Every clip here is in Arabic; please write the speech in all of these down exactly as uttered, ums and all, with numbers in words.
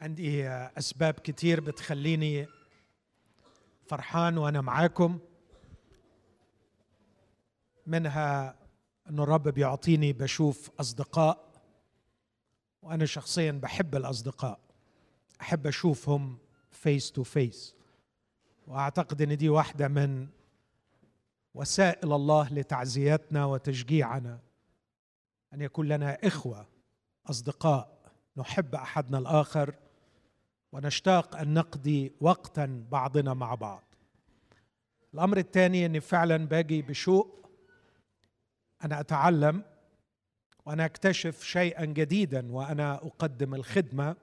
عندي أسباب كتير بتخليني فرحان وأنا معاكم، منها أن الرب بيعطيني بشوف أصدقاء، وأنا شخصياً بحب الأصدقاء، أحب أشوفهم فيس تو فيس، وأعتقد أن دي واحدة من وسائل الله لتعزيتنا وتشجيعنا، أن يكون لنا إخوة أصدقاء نحب أحدنا الآخر ونشتاق أن نقضي وقتاً بعضنا مع بعض. الأمر الثاني أني فعلاً باجي بشوق أنا أتعلم وأنا أكتشف شيئاً جديداً وأنا أقدم الخدمة،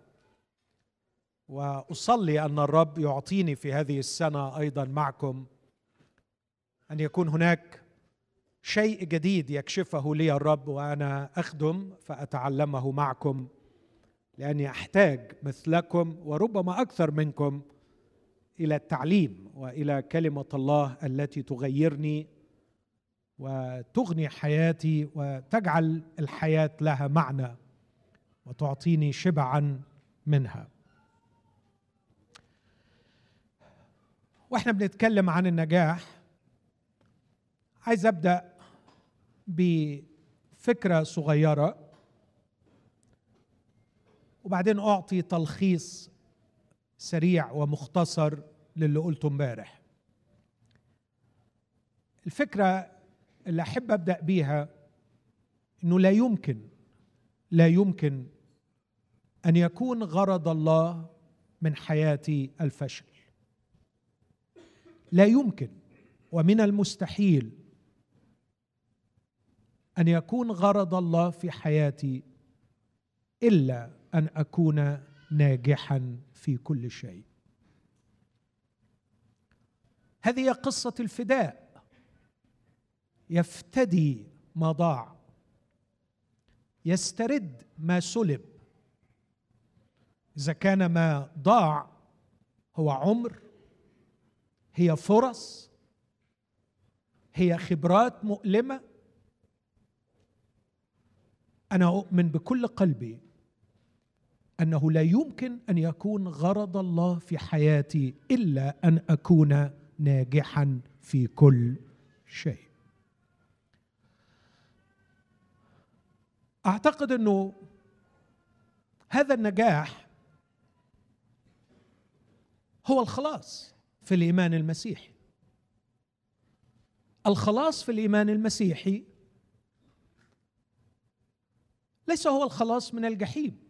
وأصلي أن الرب يعطيني في هذه السنة أيضاً معكم أن يكون هناك شيء جديد يكشفه لي الرب وأنا أخدم فأتعلمه معكم، لأني أحتاج مثلكم وربما أكثر منكم إلى التعليم وإلى كلمة الله التي تغيرني وتغني حياتي وتجعل الحياة لها معنى وتعطيني شبعاً منها. وإحنا بنتكلم عن النجاح، عايز أبدأ بفكرة صغيرة وبعدين أعطي تلخيص سريع ومختصر للي قلته امبارح. الفكرة اللي أحب أبدأ بيها إنه لا يمكن لا يمكن أن يكون غرض الله من حياتي الفشل. لا يمكن ومن المستحيل أن يكون غرض الله في حياتي إلا أن أكون ناجحاً في كل شيء. هذه قصة الفداء، يفتدي ما ضاع، يسترد ما سلب. إذا كان ما ضاع هو عمر، هي فرص، هي خبرات مؤلمة، أنا أؤمن بكل قلبي أنه لا يمكن أن يكون غرض الله في حياتي إلا أن أكون ناجحاً في كل شيء. أعتقد أنه هذا النجاح هو الخلاص في الإيمان المسيحي. الخلاص في الإيمان المسيحي ليس هو الخلاص من الجحيم.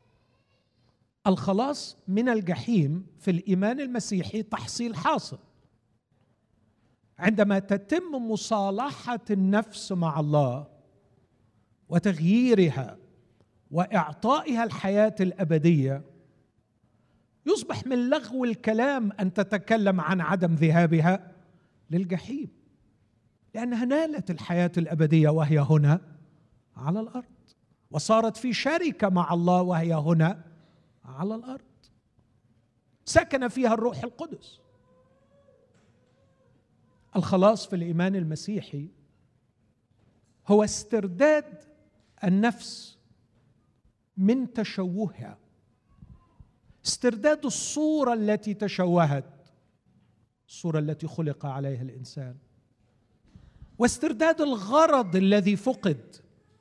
الخلاص من الجحيم في الإيمان المسيحي تحصيل حاصل عندما تتم مصالحة النفس مع الله وتغييرها وإعطائها الحياة الأبدية. يصبح من لغو الكلام أن تتكلم عن عدم ذهابها للجحيم، لأنها نالت الحياة الأبدية وهي هنا على الأرض، وصارت في شركة مع الله وهي هنا على الأرض، سكن فيها الروح القدس. الخلاص في الإيمان المسيحي هو استرداد النفس من تشوهها، استرداد الصورة التي تشوهت، الصورة التي خلق عليها الإنسان، واسترداد الغرض الذي فقد.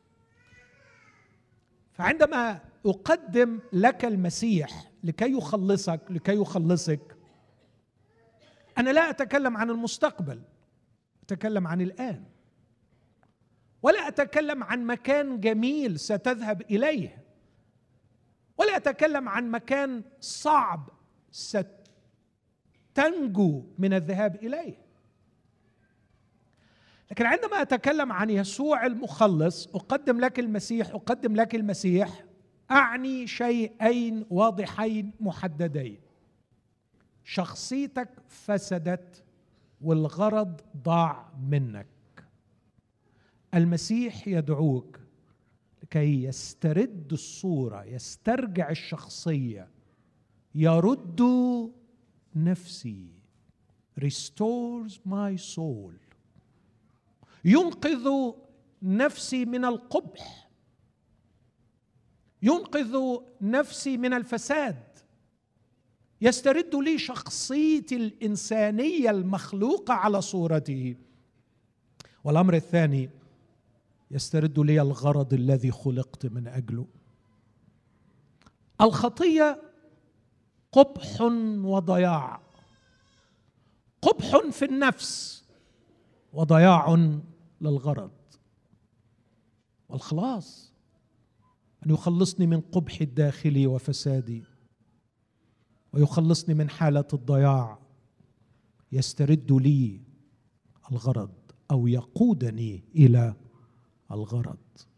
فعندما أقدم لك المسيح لكي يخلصك لكي يخلصك أنا لا أتكلم عن المستقبل، أتكلم عن الآن، ولا أتكلم عن مكان جميل ستذهب إليه، ولا أتكلم عن مكان صعب ستنجو من الذهاب إليه. لكن عندما أتكلم عن يسوع المخلص، أقدم لك المسيح أقدم لك المسيح أعني شيئين واضحين محددين: شخصيتك فسدت والغرض ضاع منك. المسيح يدعوك لكي يسترد الصورة، يسترجع الشخصية، يرد نفسي، restores my soul، ينقذ نفسي من القبح، ينقذ نفسي من الفساد، يسترد لي شخصيتي الإنسانية المخلوقة على صورته. والأمر الثاني، يسترد لي الغرض الذي خلقت من أجله. الخطية قبح وضياع، قبح في النفس وضياع للغرض. والخلاص أن يخلصني من قبح الداخلي وفسادي، ويخلصني من حالة الضياع، يسترد لي الغرض أو يقودني إلى الغرض.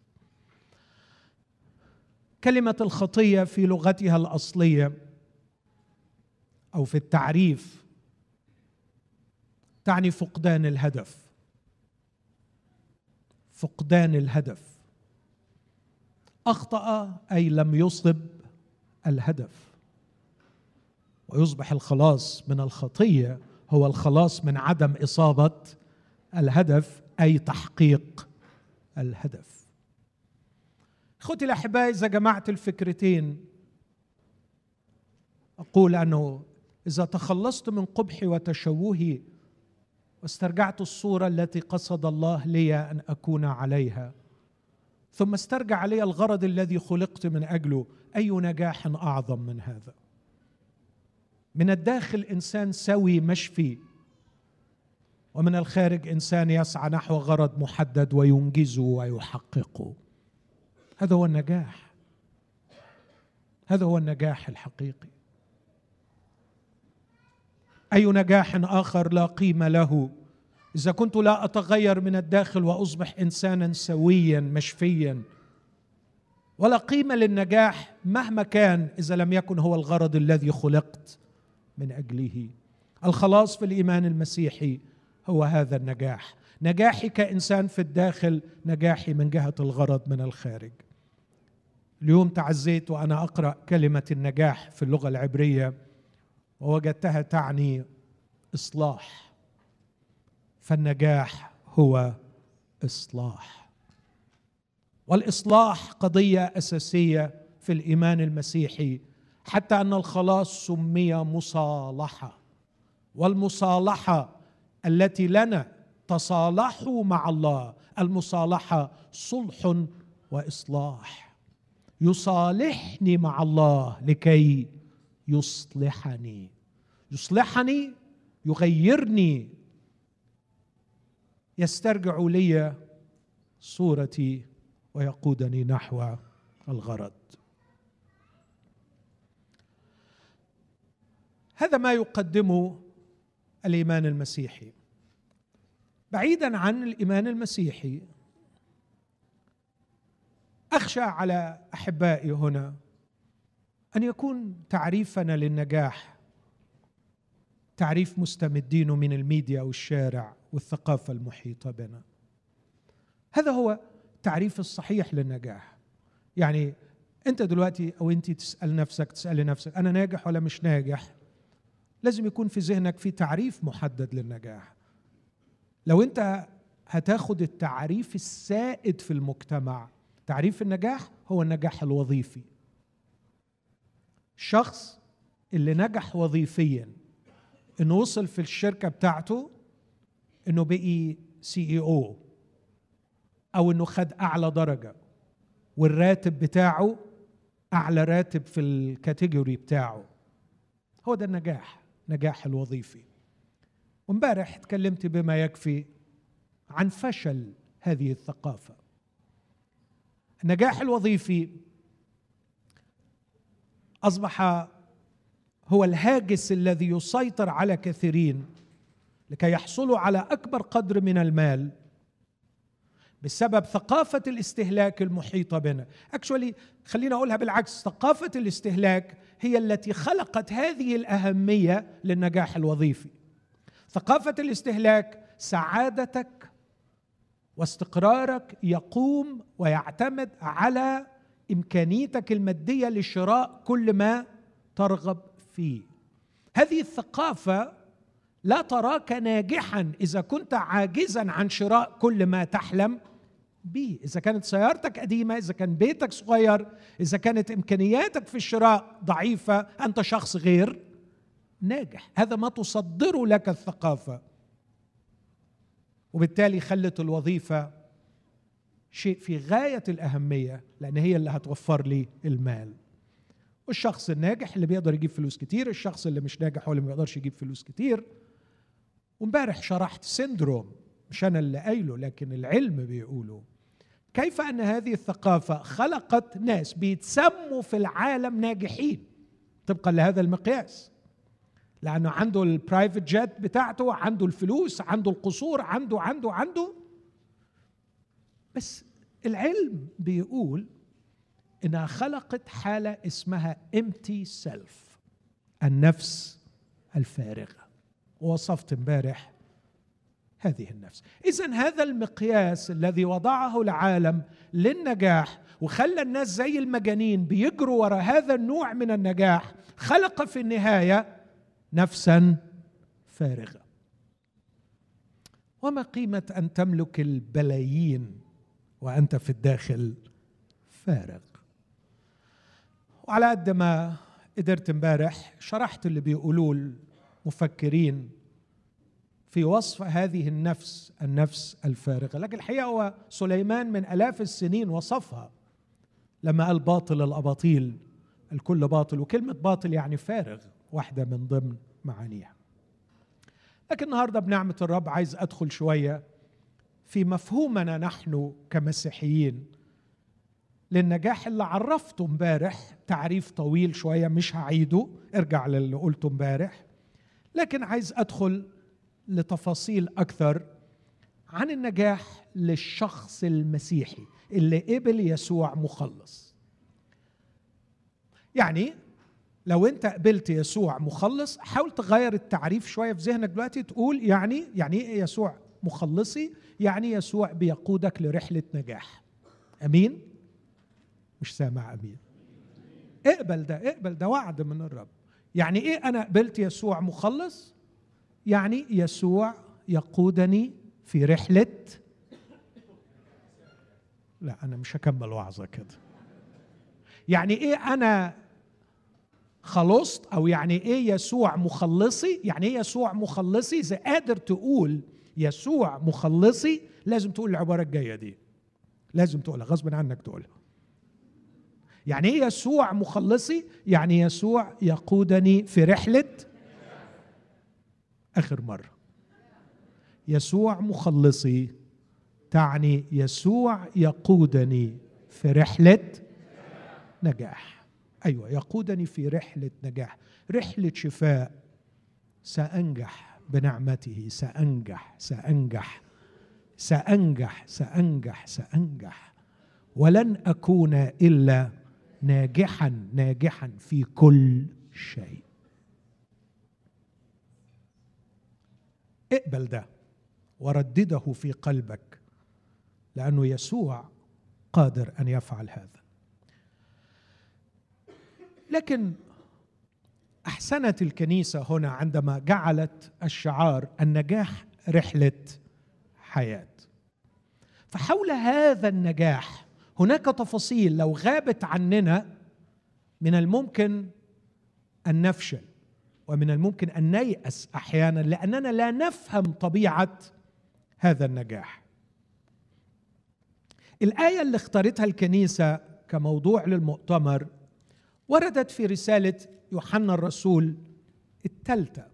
كلمة الخطية في لغتها الأصلية أو في التعريف تعني فقدان الهدف. فقدان الهدف. أخطأ أي لم يصب الهدف. ويصبح الخلاص من الخطية هو الخلاص من عدم إصابة الهدف، أي تحقيق الهدف. أخوتي الأحباء، إذا جمعت الفكرتين أقول أنه إذا تخلصت من قبحي وتشوهي واسترجعت الصورة التي قصد الله لي أن أكون عليها، ثم استرجع علي الغرض الذي خلقت من أجله، أي نجاح أعظم من هذا؟ من الداخل إنسان سوي مشفي، ومن الخارج إنسان يسعى نحو غرض محدد وينجزه ويحققه. هذا هو النجاح، هذا هو النجاح الحقيقي. أي نجاح آخر لا قيمة له إذا كنت لا أتغير من الداخل وأصبح إنسانا سويا مشفيا. ولا قيمة للنجاح مهما كان إذا لم يكن هو الغرض الذي خلقت من أجله. الخلاص في الإيمان المسيحي هو هذا النجاح. نجاحي كإنسان في الداخل، نجاحي من جهة الغرض من الخارج. اليوم تعزيت وأنا أقرأ كلمة النجاح في اللغة العبرية ووجدتها تعني إصلاح. فالنجاح هو إصلاح، والإصلاح قضية أساسية في الإيمان المسيحي، حتى أن الخلاص سمي مصالحة. والمصالحة التي لنا تصالحوا مع الله، المصالحة صلح وإصلاح. يصالحني مع الله لكي يصلحني، يصلحني يغيرني، يسترجع لي صورتي ويقودني نحو الغرض. هذا ما يقدمه الإيمان المسيحي. بعيدا عن الإيمان المسيحي، أخشى على أحبائي هنا أن يكون تعريفنا للنجاح تعريف مستمدين من الميديا والشارع والثقافة المحيطة بنا. هذا هو التعريف الصحيح للنجاح. يعني أنت دلوقتي أو أنت تسأل نفسك تسأل نفسك أنا ناجح ولا مش ناجح؟ لازم يكون في ذهنك في تعريف محدد للنجاح. لو أنت هتاخد التعريف السائد في المجتمع، تعريف النجاح هو النجاح الوظيفي. الشخص اللي نجح وظيفيا، انه وصل في الشركة بتاعته انه بقي سي اي او، او انه خد اعلى درجة والراتب بتاعه اعلى راتب في الكاتيجوري بتاعه، هو ده النجاح، نجاح الوظيفي. وامبارح اتكلمت بما يكفي عن فشل هذه الثقافة. النجاح الوظيفي أصبح هو الهاجس الذي يسيطر على كثيرين لكي يحصلوا على أكبر قدر من المال بسبب ثقافة الاستهلاك المحيطة بنا. Actually خلينا أقولها بالعكس، ثقافة الاستهلاك هي التي خلقت هذه الأهمية للنجاح الوظيفي. ثقافة الاستهلاك سعادتك واستقرارك يقوم ويعتمد على إمكانيتك المادية لشراء كل ما ترغب فيه. هذه الثقافة لا تراك ناجحا إذا كنت عاجزا عن شراء كل ما تحلم به. إذا كانت سيارتك قديمة، إذا كان بيتك صغير، إذا كانت إمكانياتك في الشراء ضعيفة، أنت شخص غير ناجح، هذا ما تصدره لك الثقافة، وبالتالي خلت الوظيفة شيء في غاية الأهمية، لأن هي اللي هتوفر لي المال. والشخص الناجح اللي بيقدر يجيب فلوس كتير، الشخص اللي مش ناجح هو اللي ما بيقدرش يجيب فلوس كتير. وامبارح شرحت سيندروم، مش أنا اللي قايله لكن العلم بيقوله، كيف أن هذه الثقافة خلقت ناس بيتسموا في العالم ناجحين طبقا لهذا المقياس، لأنه عنده البرايفت جيت بتاعته، عنده الفلوس، عنده القصور، عنده عنده عنده بس العلم بيقول إنها خلقت حالة اسمها empty self، النفس الفارغة. ووصفت امبارح هذه النفس. إذن هذا المقياس الذي وضعه العالم للنجاح وخلى الناس زي المجانين بيجروا وراء هذا النوع من النجاح، خلق في النهاية نفسا فارغة. وما قيمة أن تملك البلايين وأنت في الداخل فارغ؟ وعلى قد ما قدرت امبارح شرحت اللي بيقولوه المفكرين في وصف هذه النفس، النفس الفارغة. لكن الحقيقة هو سليمان من آلاف السنين وصفها لما قال باطل الأباطيل الكل باطل، وكلمة باطل يعني فارغ واحدة من ضمن معانيها. لكن النهاردة بنعمة الرب عايز أدخل شوية في مفهومنا نحن كمسيحيين للنجاح اللي عرفته امبارح تعريف طويل شوية، مش هعيده، ارجع للي قلته امبارح، لكن عايز أدخل لتفاصيل أكثر عن النجاح للشخص المسيحي اللي قبل يسوع مخلص. يعني لو أنت قبلت يسوع مخلص، حاول تغير التعريف شوية في ذهنك دلوقتي، تقول يعني يعني إيه يسوع مخلصي؟ يعني يسوع بيقودك لرحلة نجاح. أمين؟ مش سامع أمين؟ اقبل ده، اقبل ده وعد من الرب. يعني إيه أنا قبلت يسوع مخلص؟ يعني يسوع يقودني في رحلة، لا أنا مش هكمل وعظة كده. يعني إيه أنا خلصت؟ أو يعني إيه يسوع مخلصي؟ يعني إيه يسوع مخلصي؟ إذا قادر تقول يسوع مخلصي لازم تقول العبارة الجاية دي، لازم تقولها غصب عنك تقولها. يعني إيه يسوع مخلصي؟ يعني يسوع يقودني في رحلة، آخر مرة، يسوع مخلصي تعني يسوع يقودني في رحلة نجاح. أيوة، يقودني في رحلة نجاح، رحلة شفاء. سأنجح بنعمته، سأنجح سأنجح سأنجح سأنجح سأنجح ولن أكون إلا ناجحا ناجحا في كل شيء. اقبل ده وردده في قلبك، لأنه يسوع قادر أن يفعل هذا. لكن أحسنت الكنيسة هنا عندما جعلت الشعار النجاح رحلة حياة. فحول هذا النجاح هناك تفاصيل لو غابت عننا من الممكن أن نفشل، ومن الممكن أن نيأس أحيانا لأننا لا نفهم طبيعة هذا النجاح. الآية اللي اختارتها الكنيسة كموضوع للمؤتمر وردت في رسالة يوحنا الرسول الثالثة.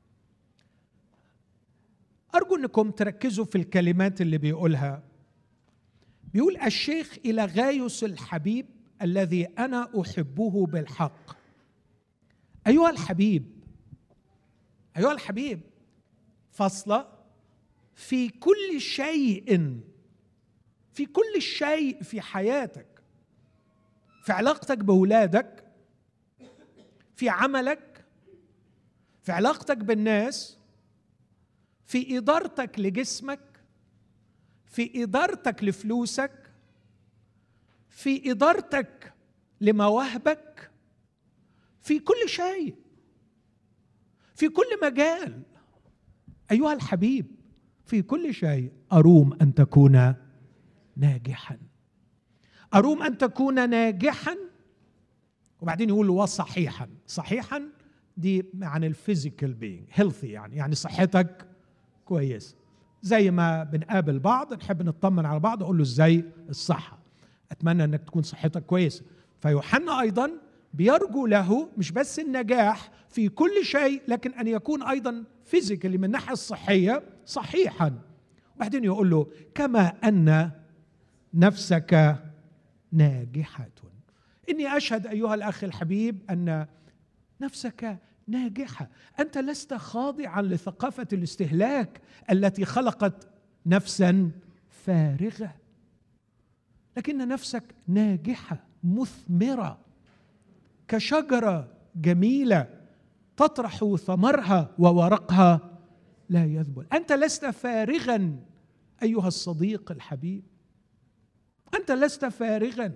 أرجو أنكم تركزوا في الكلمات اللي بيقولها. بيقول: الشيخ إلى غايوس الحبيب الذي أنا أحبه بالحق. أيها الحبيب، أيها الحبيب فاصلة، في كل شيء، في كل شيء في حياتك، في علاقتك بأولادك، في عملك، في علاقتك بالناس، في إدارتك لجسمك، في إدارتك لفلوسك، في إدارتك لمواهبك، في كل شيء، في كل مجال. أيها الحبيب في كل شيء أروم أن تكون ناجحا، أروم أن تكون ناجحا. وبعدين يقول وصحيحا. صحيحا دي عن الفيزيكال بينج، هيلثي يعني يعني صحتك كويسه. زي ما بنقابل بعض نحب نطمن على بعض، اقول له ازاي الصحه، اتمنى انك تكون صحتك كويسه. فيوحنا ايضا بيرجو له مش بس النجاح في كل شيء، لكن ان يكون ايضا فيزيكالي من الناحيه الصحيه صحيحا. وبعدين يقول له كما ان نفسك ناجحه. اني اشهد ايها الاخ الحبيب ان نفسك ناجحه، انت لست خاضعا لثقافه الاستهلاك التي خلقت نفسا فارغه، لكن نفسك ناجحه مثمره كشجره جميله تطرح ثمرها وورقها لا يذبل. انت لست فارغا ايها الصديق الحبيب، انت لست فارغا،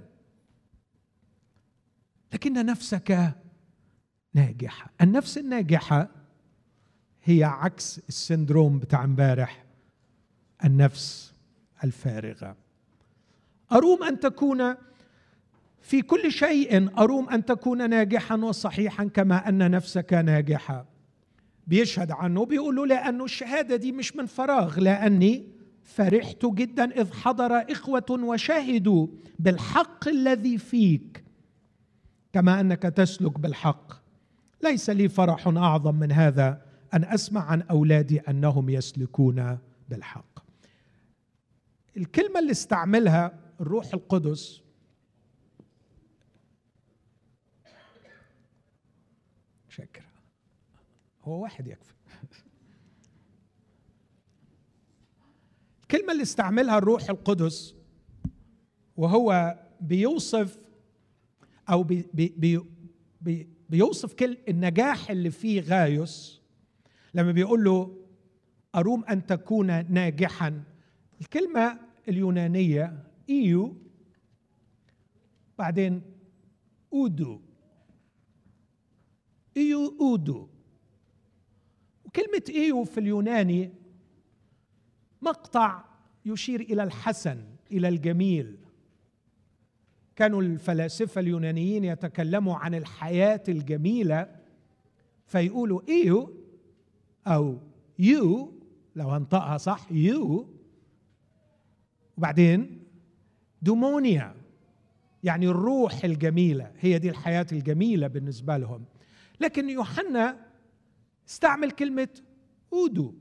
لكن نفسك ناجحه. النفس الناجحه هي عكس السندروم بتاع امبارح، النفس الفارغه. اروم ان تكون في كل شيء، أروم أن تكون ناجحا وصحيحا كما أن نفسك ناجحة. بيشهد عنه بيقول له لأنه الشهادة دي مش من فراغ، لأني فرحت جدا إذ حضر إخوة وشاهدوا بالحق الذي فيك كما أنك تسلك بالحق. ليس لي فرح أعظم من هذا أن أسمع عن أولادي أنهم يسلكون بالحق. الكلمة اللي استعملها الروح القدس شكرا، هو واحد يكفي. الكلمة اللي استعملها الروح القدس وهو بيوصف أو بي بي بي بيوصف كل النجاح اللي فيه غايوس، لما بيقول له أروم أن تكون ناجحا، الكلمة اليونانية إيو بعدين أودو، إيو أودو. وكلمة إيو في اليوناني مقطع يشير إلى الحسن، إلى الجميل. كانوا الفلاسفة اليونانيين يتكلموا عن الحياة الجميلة فيقولوا إيو أو يو، لو هنطقها صح يو، وبعدين دومونيا يعني الروح الجميلة، هي دي الحياة الجميلة بالنسبة لهم. لكن يوحنا استعمل كلمة أودو،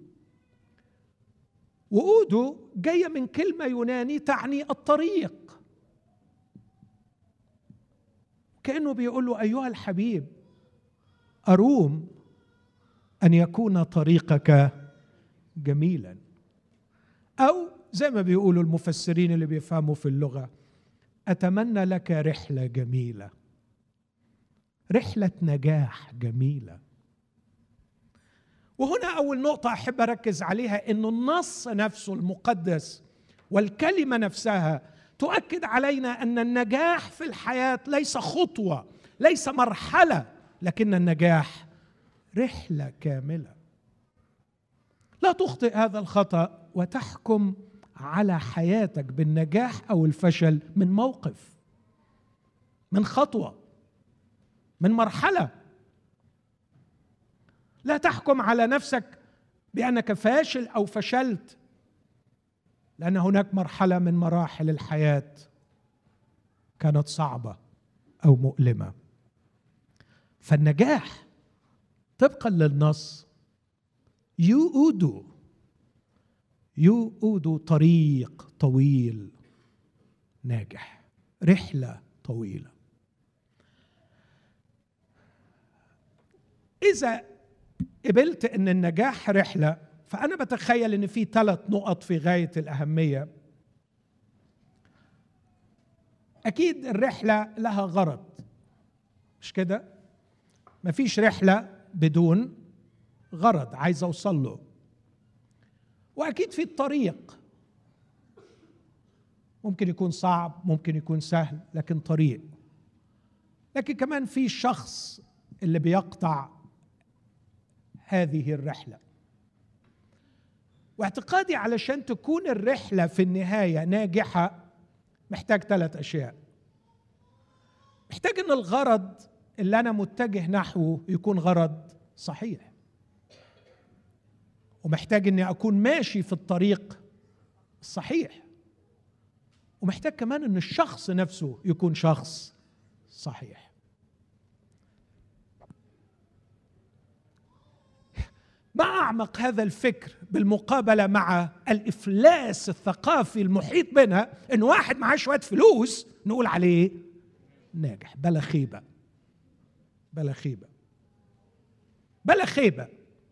وأودو جاية من كلمة يوناني تعني الطريق. كأنه بيقول له أيها الحبيب أروم أن يكون طريقك جميلا، أو زي ما بيقولوا المفسرين اللي بيفهموا في اللغة، أتمنى لك رحلة جميلة، رحلة نجاح جميلة. وهنا أول نقطة أحب أركز عليها، إنه النص نفسه المقدس والكلمة نفسها تؤكد علينا أن النجاح في الحياة ليس خطوة، ليس مرحلة، لكن النجاح رحلة كاملة. لا تخطئ هذا الخطأ وتحكم على حياتك بالنجاح أو الفشل من موقف، من خطوة، من مرحلة. لا تحكم على نفسك بأنك فاشل أو فشلت، لأن هناك مرحلة من مراحل الحياة كانت صعبة أو مؤلمة. فالنجاح طبقا للنص يؤود يؤود طريق طويل ناجح، رحلة طويلة. إذا قبلت أن النجاح رحلة، فأنا بتخيل أن في ثلاث نقط في غاية الأهمية. أكيد الرحلة لها غرض، مش كده؟ مفيش رحلة بدون غرض عايز أوصل له. وأكيد في الطريق، ممكن يكون صعب ممكن يكون سهل، لكن طريق. لكن كمان في الشخص اللي بيقطع هذه الرحلة. واعتقادي علشان تكون الرحلة في النهاية ناجحة محتاج ثلاث أشياء. محتاج أن الغرض اللي أنا متجه نحوه يكون غرض صحيح، ومحتاج اني اكون ماشي في الطريق الصحيح، ومحتاج كمان ان الشخص نفسه يكون شخص صحيح. ما أعمق هذا الفكر بالمقابلة مع الإفلاس الثقافي المحيط بنا، إن واحد معاه شوية فلوس نقول عليه ناجح. بلا خيبة، بلا خيبة، بلا خيبة.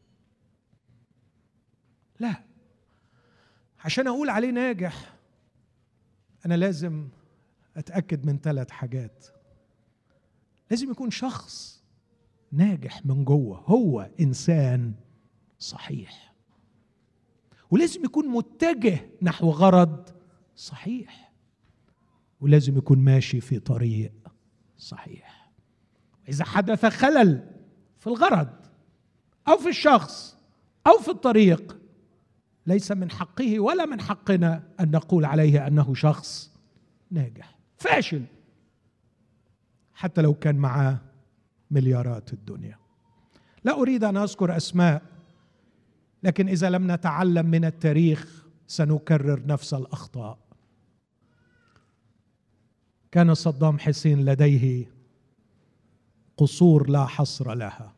لا، عشان أقول عليه ناجح أنا لازم أتأكد من ثلاث حاجات. لازم يكون شخص ناجح من جوه، هو إنسان صحيح، ولازم يكون متجه نحو غرض صحيح، ولازم يكون ماشي في طريق صحيح. إذا حدث خلل في الغرض أو في الشخص أو في الطريق، ليس من حقه ولا من حقنا أن نقول عليه أنه شخص ناجح. فاشل حتى لو كان معاه مليارات الدنيا. لا أريد أن أذكر أسماء، لكن إذا لم نتعلم من التاريخ سنكرر نفس الأخطاء. كان صدام حسين لديه قصور لا حصر لها،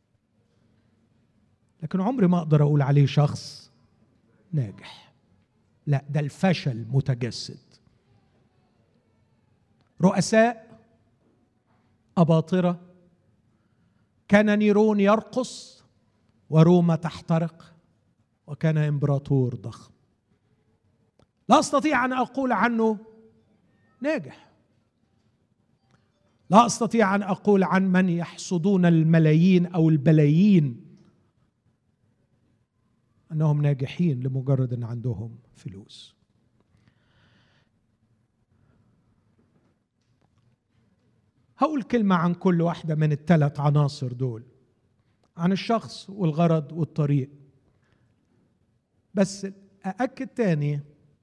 لكن عمري ما أقدر أقول عليه شخص ناجح. لا، ده الفشل متجسد. رؤساء أباطرة، كان نيرون يرقص وروما تحترق، وكان إمبراطور ضخم. لا أستطيع أن أقول عنه ناجح. لا أستطيع أن أقول عن من يحصدون الملايين أو البلايين أنهم ناجحين لمجرد أن عندهم فلوس. هقول كلمة عن كل واحدة من الثلاث عناصر دول، عن الشخص والغرض والطريق، بس أأكد تاني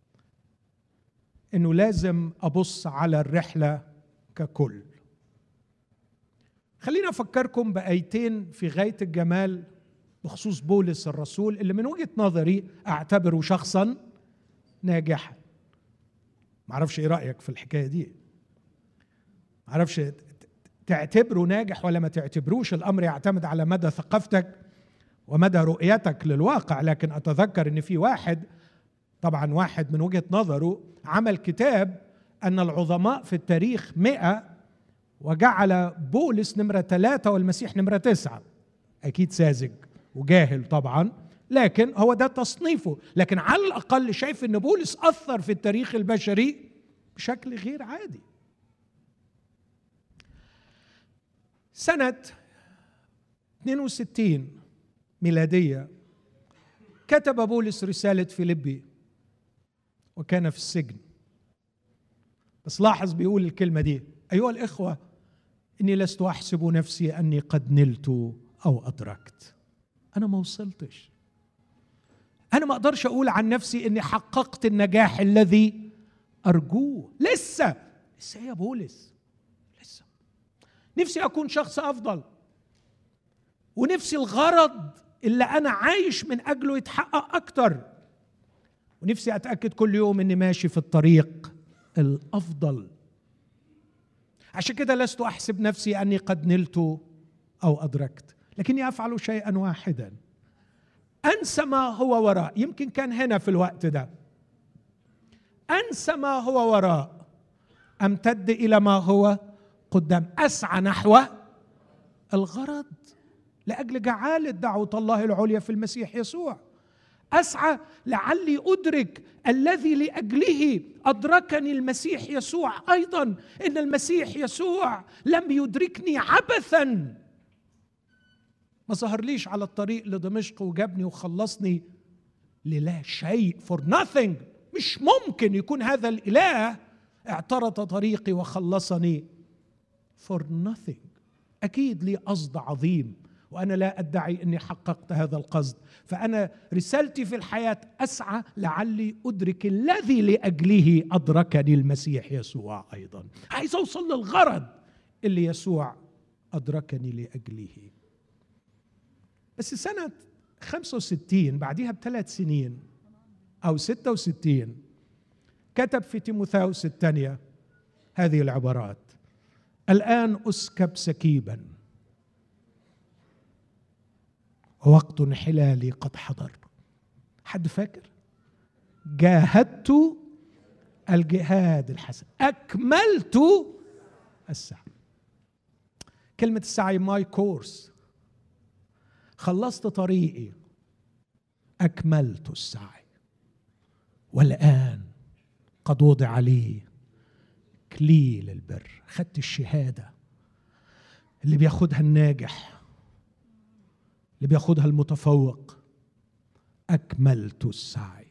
إنه لازم أبص على الرحلة ككل. خلينا أفكركم بآيتين في غاية الجمال بخصوص بولس الرسول، اللي من وجهة نظري أعتبره شخصا ناجحا. معرفش إيه رأيك في الحكاية دي، معرفش تعتبره ناجح ولا ما تعتبروش، الأمر يعتمد على مدى ثقافتك ومدى رؤيتك للواقع. لكن أتذكر أن في واحد، طبعا واحد من وجهة نظره، عمل كتاب أن العظماء في التاريخ مئة وجعل بولس نمرة ثلاثة والمسيح نمرة تسعة. أكيد ساذج وجاهل طبعا، لكن هو ده تصنيفه. لكن على الأقل شايف أن بولس أثر في التاريخ البشري بشكل غير عادي. سنة اثنين وستين ميلادية كتب بولس رسالة فيليبي وكان في السجن. بس لاحظ بيقول الكلمة دي: أيها الإخوة، إني لست أحسب نفسي أني قد نلت أو أدركت. أنا ما وصلتش، أنا ما أقدرش أقول عن نفسي أني حققت النجاح الذي أرجوه. لسه لسه يا بولس، لسه نفسي أكون شخص أفضل، ونفسي الغرض اللي أنا عايش من أجله يتحقق أكتر، ونفسي أتأكد كل يوم أني ماشي في الطريق الأفضل. عشان كده لست أحسب نفسي أني قد نلت أو أدركت، لكني أفعل شيئا واحدا: أنسى ما هو وراء. يمكن كان هنا في الوقت ده. أنسى ما هو وراء، أمتد إلى ما هو قدام، أسعى نحو الغرض لأجل جعالة دعوة الله العليا في المسيح يسوع. أسعى لعلي أدرك الذي لأجله أدركني المسيح يسوع أيضا. إن المسيح يسوع لم يدركني عبثا، ما ظهر ليش على الطريق لدمشق وجابني وخلصني للا شيء، for nothing. مش ممكن يكون هذا الإله اعترض طريقي وخلصني for nothing. أكيد لي قصد عظيم، وأنا لا أدعي أني حققت هذا القصد. فأنا رسالتي في الحياة: أسعى لعلي أدرك الذي لأجله أدركني المسيح يسوع أيضا. عايز أوصل للغرض اللي يسوع أدركني لأجله. بس سنة خمسة وستين بعديها بثلاث سنين أو ستة وستين كتب في تيموثاوس الثانية هذه العبارات: الآن أسكب سكيبا ووقت انحلالي قد حضر. حد فاكر؟ جاهدت الجهاد الحسن، أكملت السعي. كلمة السعي ماي كورس، خلصت طريقي، أكملت السعي، والآن قد وضع لي إكليل البر. خدت الشهادة اللي بياخدها الناجح، اللي بياخدها المتفوق. أكملت السعي،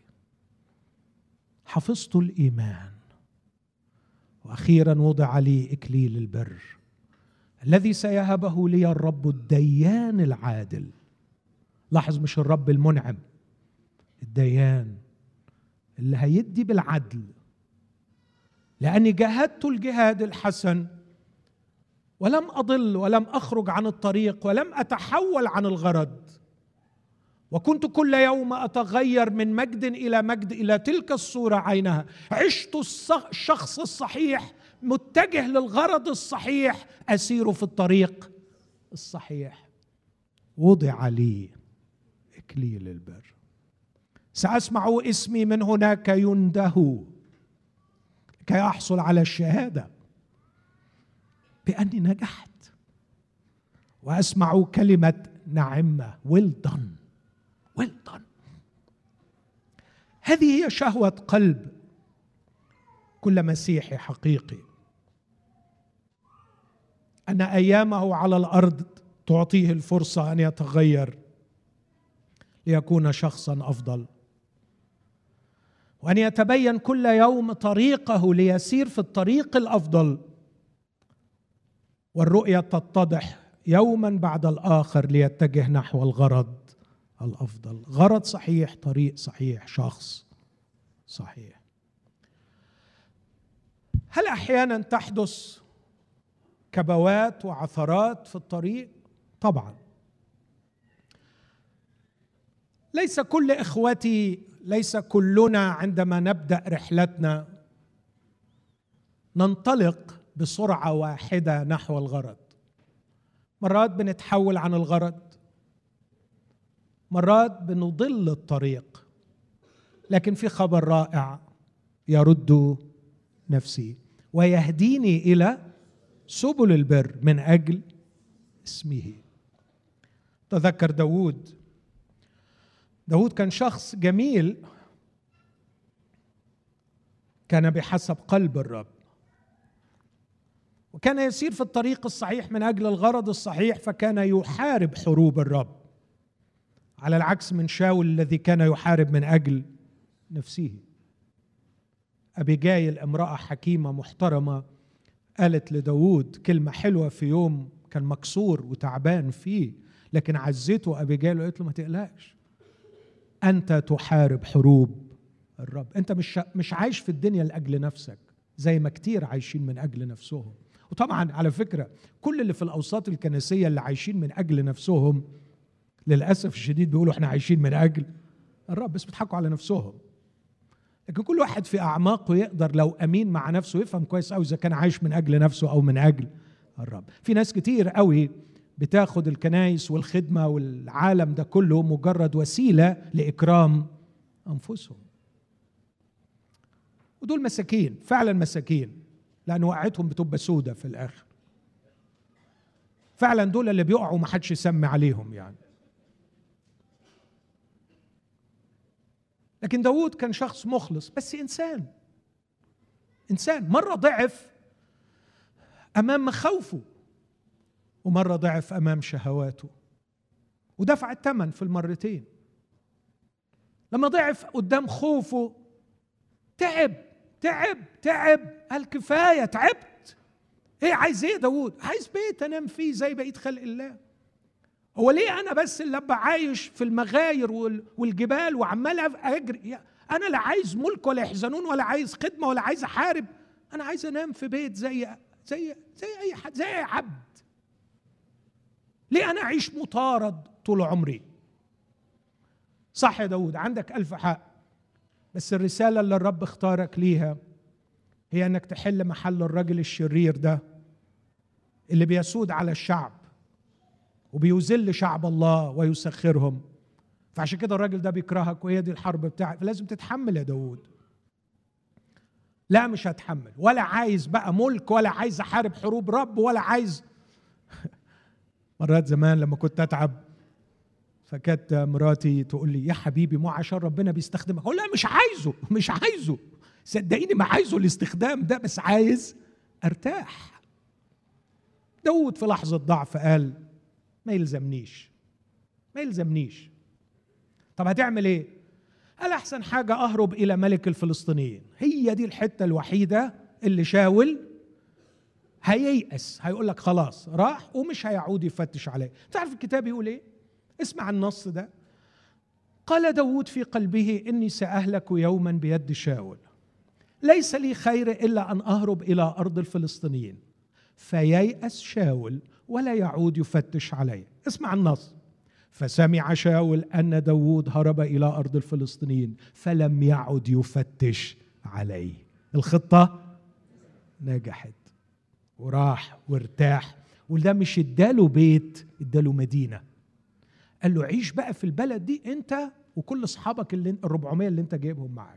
حفظت الإيمان، وأخيرا وضع لي إكليل البر الذي سيهبه لي الرب الديان العادل. لاحظ، مش الرب المنعم، الديان اللي هيدي بالعدل. لأني جاهدت الجهاد الحسن ولم أضل ولم أخرج عن الطريق ولم أتحول عن الغرض، وكنت كل يوم أتغير من مجد إلى مجد إلى تلك الصورة عينها. عشت الشخص الصحيح متجه للغرض الصحيح، أسير في الطريق الصحيح. وضع لي إكليل البر، سأسمع اسمي من هناك ينده كي أحصل على الشهادة بأني نجحت، وأسمع كلمة نعمة well done well done. هذه هي شهوة قلب كل مسيحي حقيقي، أن أيامه على الأرض تعطيه الفرصة أن يتغير ليكون شخصا أفضل، وأن يتبين كل يوم طريقه ليسير في الطريق الأفضل، والرؤية تتضح يوما بعد الآخر ليتجه نحو الغرض الأفضل. غرض صحيح، طريق صحيح، شخص صحيح. هل أحيانا تحدث كبوات وعثرات في الطريق؟ طبعا. ليس كل إخوتي، ليس كلنا عندما نبدأ رحلتنا ننطلق بسرعة واحدة نحو الغرض. مرات بنتحول عن الغرض، مرات بنضل الطريق، لكن في خبر رائع يرد نفسي ويهديني إلى سبل البر من أجل اسمه. تذكر داود. داود كان شخص جميل، كان بحسب قلب الرب، وكان يسير في الطريق الصحيح من أجل الغرض الصحيح، فكان يحارب حروب الرب، على العكس من شاول الذي كان يحارب من أجل نفسه. أبيجايل امرأة حكيمة محترمة قالت لداود كلمة حلوة في يوم كان مكسور وتعبان فيه، لكن عزته أبيجايل وقالت له ما تقلقش، أنت تحارب حروب الرب. أنت مش مش عايش في الدنيا لأجل نفسك زي ما كتير عايشين من أجل نفسهم. وطبعا على فكرة كل اللي في الأوساط الكنسية اللي عايشين من أجل نفسهم للأسف الشديد بيقولوا احنا عايشين من أجل الرب، بس بيضحكوا على نفسهم. لكن كل واحد في أعماقه يقدر لو أمين مع نفسه يفهم كويس أوي إذا كان عايش من أجل نفسه أو من أجل الرب. في ناس كتير قوي بتاخد الكنائس والخدمة والعالم ده كله مجرد وسيلة لإكرام أنفسهم، ودول مساكين، فعلا مساكين، لأن وقعتهم بتبقى سودة في الآخر. فعلا دول اللي بيقعوا ما حدش يسمي عليهم يعني. لكن داود كان شخص مخلص، بس إنسان إنسان مرة ضعف أمام مخاوفه، ومرة ضعف أمام شهواته، ودفع الثمن في المرتين. لما ضعف قدام خوفه تعب تعب تعب قال كفاية، تعبت. ايه عايز ايه داود؟ عايز بيت انام فيه زي بقية خلق الله. هو ليه انا بس اللي ابقى عايش في المغاير والجبال وعمال اجري؟ انا لا عايز ملك ولا يحزنون ولا عايز خدمة ولا عايز احارب، انا عايز انام في بيت زي زي زي اي حد، زي اي عبد. ليه أنا أعيش مطارد طول عمري؟ صح يا داود، عندك ألف حق، بس الرسالة اللي الرب اختارك ليها هي أنك تحل محل الرجل الشرير ده اللي بيسود على الشعب وبيذل شعب الله ويسخرهم. فعشان كده الراجل ده بيكرهك وهي دي الحرب بتاعك، فلازم تتحمل يا داود. لا مش هتحمل، ولا عايز بقى ملك، ولا عايز احارب حروب رب، ولا عايز مرات زمان لما كنت اتعب فكانت مراتي تقول لي يا حبيبي مو عشان ربنا بيستخدمك، اقول لا مش عايزه مش عايزه صدقيني ما عايزه الاستخدام ده، بس عايز ارتاح. داود في لحظة ضعف قال ما يلزمنيش ما يلزمنيش. طب هتعمل ايه؟ قال احسن حاجة اهرب الى ملك الفلسطينيين. هي دي الحتة الوحيدة اللي شاول هييأس، هيقول لك خلاص راح ومش هيعود يفتش عليه. تعرف الكتاب يقول ايه؟ اسمع النص ده. قال داود في قلبه اني سأهلك يوما بيد شاول، ليس لي خير الا ان اهرب الى ارض الفلسطينيين. فييأس شاول ولا يعود يفتش عليه. اسمع النص. فسمع شاول أن داود هرب إلى أرض الفلسطينيين فلم يعد يفتش عليه. الخطة نجحت وراح وارتاح، وده مش اداله بيت، اداله مدينة. قال له عيش بقى في البلد دي انت وكل اصحابك اللي الربعمية اللي انت جايبهم معاك.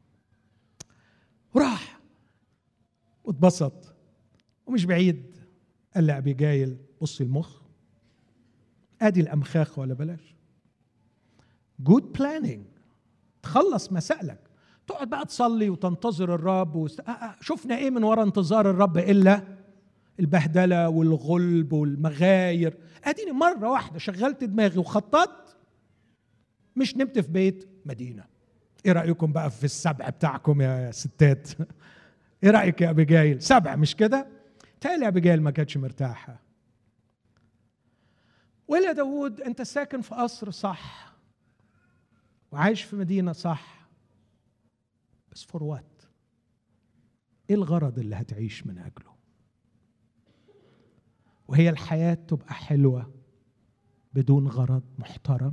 وراح واتبسط. ومش بعيد قال لأبي جايل بصي المخ، ادي الامخاخ ولا بلاش. جود بلاننج، تخلص مسائلك، تقعد بقى تصلي وتنتظر الرب وست... شفنا ايه من وراء انتظار الرب الا البهدله والغلب والمغاير. اديني مره واحده شغلت دماغي وخططت، مش نمت في بيت مدينه. ايه رايكم بقى في السبع بتاعكم يا ستات؟ ايه رايك يا ابي جايل؟ سبع مش كده؟ تالي يا ابي جايل ما كانتش مرتاحه. ولا داود انت ساكن في قصر صح وعايش في مدينة صح، بس فور وات؟ ايه الغرض اللي هتعيش من اجله؟ وهي الحياة تبقى حلوة بدون غرض محترم؟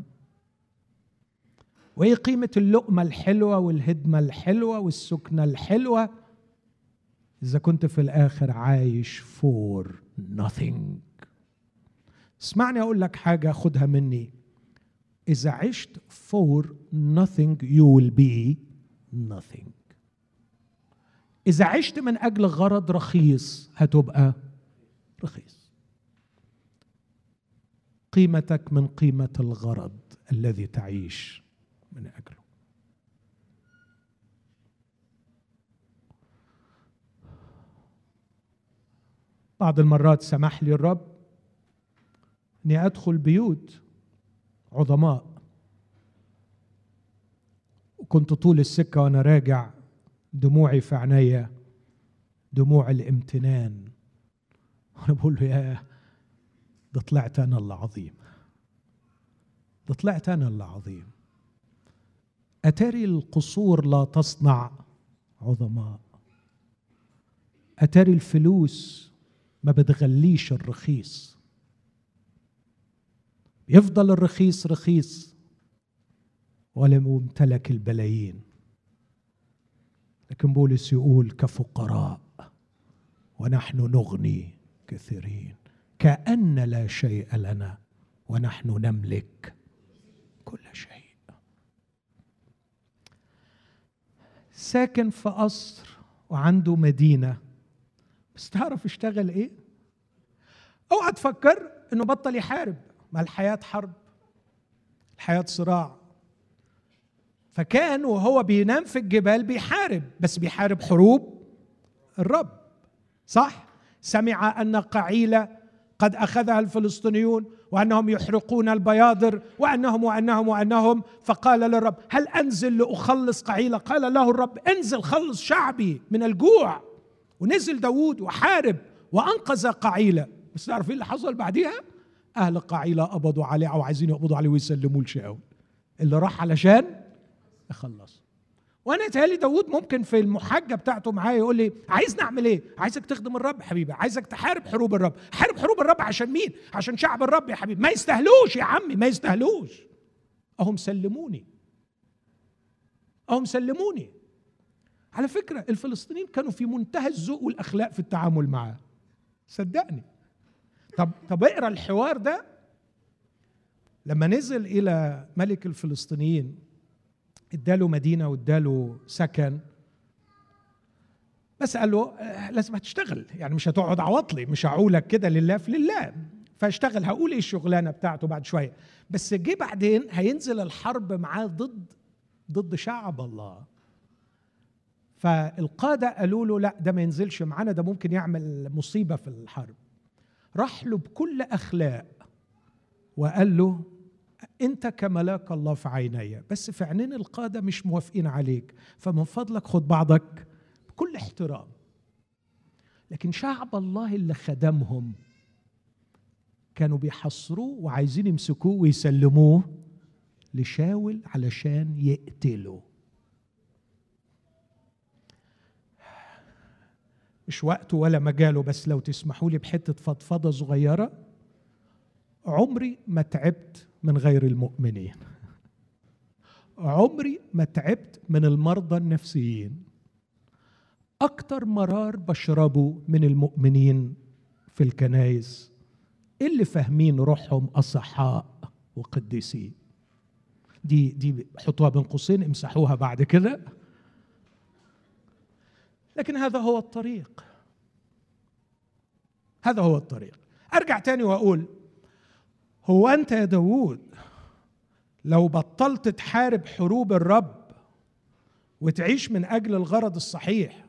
وايه قيمة اللقمة الحلوة والهدمة الحلوة والسكنة الحلوة اذا كنت في الاخر عايش فور nothing؟ اسمعني أقول لك حاجة خدها مني، إذا عشت for nothing you will be nothing. إذا عشت من أجل غرض رخيص هتبقى رخيص. قيمتك من قيمة الغرض الذي تعيش من أجله. بعض المرات سمح لي الرب اني ادخل بيوت عظماء، وكنت طول السكه وانا راجع دموعي في عينيا دموع الامتنان، وانا بقول له يا ده طلعت انا اللي عظيم، ده طلعت انا اللي عظيم. اتاري القصور لا تصنع عظماء، اتاري الفلوس ما بتغليش الرخيص، يفضل الرخيص رخيص ولم يمتلك البلايين. لكن بولس يقول كفقراء ونحن نغني كثيرين، كأن لا شيء لنا ونحن نملك كل شيء. ساكن في قصر وعنده مدينة، بس تعرف اشتغل ايه؟ اوعى تفكر انه بطل يحارب، ما الحياة حرب، الحياة صراع. فكان وهو بينام في الجبال بيحارب، بس بيحارب حروب الرب، صح؟ سمع أن قعيلة قد أخذها الفلسطينيون وأنهم يحرقون البياضر وأنهم وأنهم وأنهم، فقال للرب هل أنزل لأخلص قعيلة؟ قال له الرب انزل خلص شعبي من الجوع. ونزل داود وحارب وأنقذ قعيلة. بس تعرفين اللي حصل بعديها؟ أهل قعيلة قبضوا عليه أو عايزين يقبضوا عليه ويسلموه لشاول اللي راح علشان يخلص. وانا تهيألي داود ممكن في المحاجه بتاعته معايا يقول لي عايز نعمل ايه؟ عايزك تخدم الرب حبيبي، عايزك تحارب حروب الرب. حارب حروب الرب عشان مين؟ عشان شعب الرب يا حبيبي. ما يستاهلوش يا عمي، ما يستاهلوش. اهم سلموني اهم سلموني على فكره الفلسطينيين كانوا في منتهى الذوق والاخلاق في التعامل معاه، صدقني. طب طب اقرا الحوار ده لما نزل الى ملك الفلسطينيين، اداله مدينه واداله سكن، بس قال له لازم هتشتغل، يعني مش هتقعد عواطلي، مش هعولك كده لله في لله، فاشتغل. هقول ايه الشغلانه بتاعته بعد شويه. بس جه بعدين هينزل الحرب معاه ضد ضد شعب الله، فالقاده قالوا له لا ده ما ينزلش معانا، ده ممكن يعمل مصيبه في الحرب. راح له بكل اخلاق وقال له انت كملاك الله في عيني، بس في عينين القاده مش موافقين عليك، فمن فضلك خد بعضك بكل احترام. لكن شعب الله اللي خدمهم كانوا بيحصروه وعايزين يمسكوه ويسلموه لشاول علشان يقتله. مش وقته ولا مجاله، بس لو تسمحوا لي بحته فضفضه صغيره. عمري ما تعبت من غير المؤمنين، عمري ما تعبت من المرضى النفسيين. أكتر مرار بشربه من المؤمنين في الكنائس اللي فاهمين روحهم أصحاء وقديسين. دي دي حطوها بين قوسين، امسحوها بعد كده. لكن هذا هو الطريق، هذا هو الطريق. أرجع تاني وأقول، هو أنت يا داود لو بطلت تحارب حروب الرب وتعيش من أجل الغرض الصحيح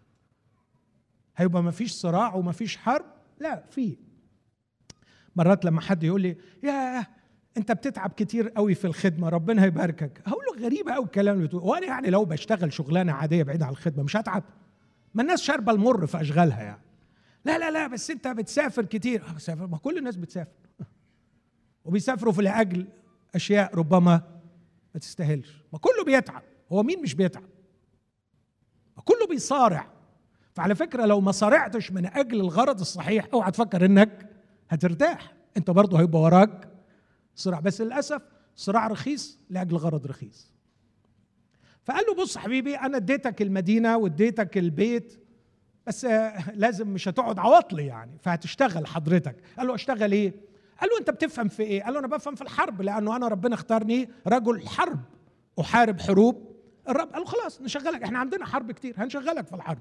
هيبقى مفيش صراع ومفيش حرب؟ لا، في مرات لما حد يقول لي يا انت بتتعب كتير قوي في الخدمه ربنا هيباركك، هقول له غريبه قوي الكلام اللي بتقوله. وانا يعني لو بشتغل شغلانه عاديه بعيده عن الخدمه مش هتعب؟ ما الناس شاربه المر في اشغالها يعني. لا لا لا بس انت بتسافر كتير. بسافر، ما كل الناس بتسافر وبيسافروا في لاجل اشياء ربما ما تستاهلش. ما كله بيتعب، هو مين مش بيتعب؟ ما كله بيصارع. فعلى فكره لو ما صارعتش من اجل الغرض الصحيح اوعى تفكر انك هترتاح، انت برضه هيبقى وراك صراع، بس للاسف صراع رخيص لاجل غرض رخيص. فقال له بص حبيبي انا اديتك المدينه واديتك البيت، بس لازم مش هتقعد عواطلي يعني، فهتشتغل حضرتك. قال له اشتغل ايه؟ قال له انت بتفهم في ايه؟ قال له انا بفهم في الحرب، لانه انا ربنا اختارني رجل حرب احارب حروب الرب. قال له خلاص نشغلك، احنا عندنا حرب كتير هنشغلك في الحرب.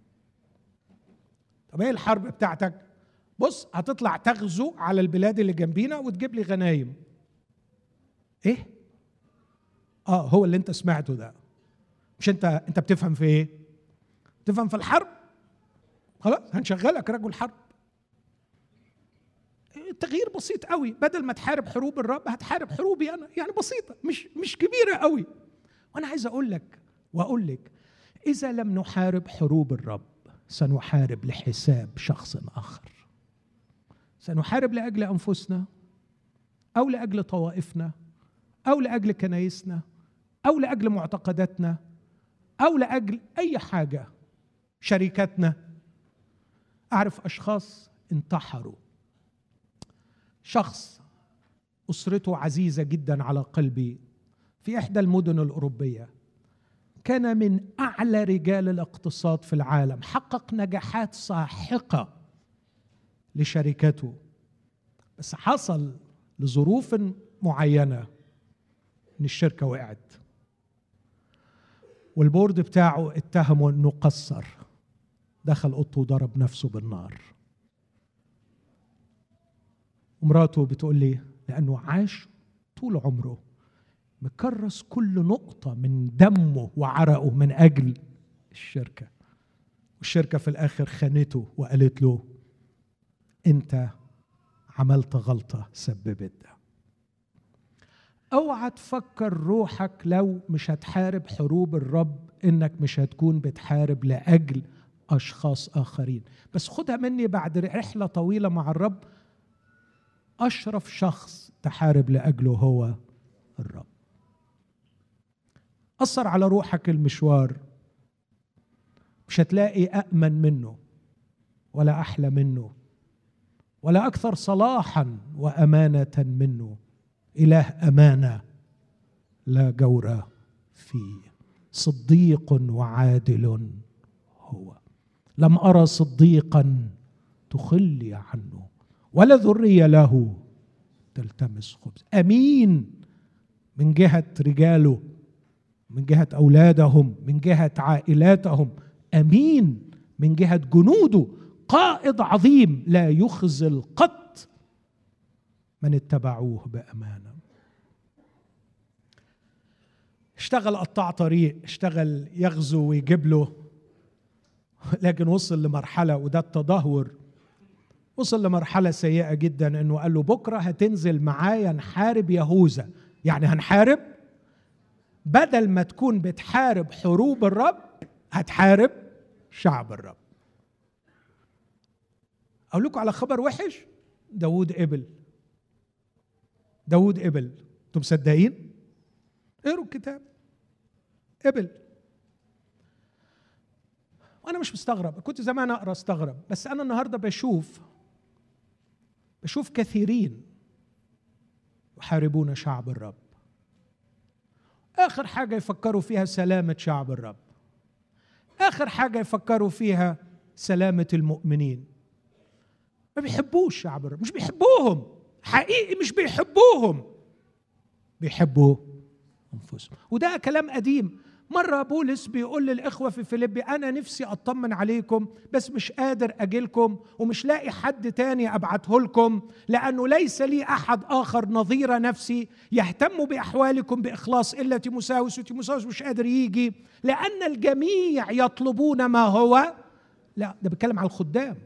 طب ايه الحرب بتاعتك؟ بص هتطلع تغزو على البلاد اللي جنبينا وتجيب لي غنايم. ايه؟ اه هو اللي انت سمعته ده. مش انت انت بتفهم في ايه؟ تفهم في الحرب؟ خلاص هنشغلك رجل حرب. التغيير بسيط قوي، بدل ما تحارب حروب الرب هتحارب حروبي انا، يعني بسيطه مش مش كبيره قوي. وانا عايز اقول لك واقول لك اذا لم نحارب حروب الرب سنحارب لحساب شخص اخر. سنحارب لاجل انفسنا او لاجل طوائفنا او لاجل كنايسنا او لاجل معتقداتنا او لاجل اي حاجه، شركاتنا. اعرف اشخاص انتحروا. شخص اسرته عزيزه جدا على قلبي في احدى المدن الاوروبيه، كان من اعلى رجال الاقتصاد في العالم، حقق نجاحات ساحقه لشركته، بس حصل لظروف معينه ان الشركه وقعت والبورد بتاعه اتهمه انه قصر، دخل اوضته وضرب نفسه بالنار. ومراته بتقول لي لانه عاش طول عمره مكرس كل نقطه من دمه وعرقه من اجل الشركه، والشركه في الاخر خانته وقالت له انت عملت غلطه سببت ده. اوعى تفكر روحك لو مش هتحارب حروب الرب انك مش هتكون بتحارب لاجل اشخاص اخرين. بس خدها مني بعد رحله طويله مع الرب، اشرف شخص تحارب لاجله هو الرب. أثر على روحك المشوار، مش هتلاقي أأمن منه ولا أحلى منه ولا أكثر صلاحا وأمانة منه. إله أمانة لا جور فيه، صديق وعادل هو. لم أرى صديقا تخلي عنه ولا ذرية له تلتمس خبز. أمين من جهة رجاله، من جهة أولادهم، من جهة عائلاتهم، أمين من جهة جنوده، قائد عظيم لا يخزل قط من اتبعوه بأمانة. اشتغل قطاع طريق، اشتغل يغزو ويجيب له، لكن وصل لمرحلة، وده التدهور، وصل لمرحلة سيئة جدا، انه قال له بكرة هتنزل معايا نحارب يهوذا. يعني هنحارب، بدل ما تكون بتحارب حروب الرب هتحارب شعب الرب. اقول لكم على خبر وحش، داود قبل. داود قبل، انتم مصدقين؟ اقروا الكتاب، قبل. وانا مش مستغرب، كنت زمان اقرا استغرب، بس انا النهارده بشوف بشوف كثيرين يحاربون شعب الرب، اخر حاجه يفكروا فيها سلامه شعب الرب، اخر حاجه يفكروا فيها سلامه المؤمنين. ما بيحبوش شعب الرب، مش بيحبوهم حقيقي، مش بيحبوهم، بيحبوا انفسهم. وده كلام قديم. مرة بولس بيقول للإخوة في فيليبي أنا نفسي أطمن عليكم بس مش قادر أجيلكم ومش لاقي حد تاني أبعته لكم، لأنه ليس لي أحد آخر نظير نفسي يهتم بأحوالكم بإخلاص إلا تيموثاوس، وتيموثاوس مش قادر يجي لأن الجميع يطلبون ما هو. لا، ده بيتكلم على الخدام،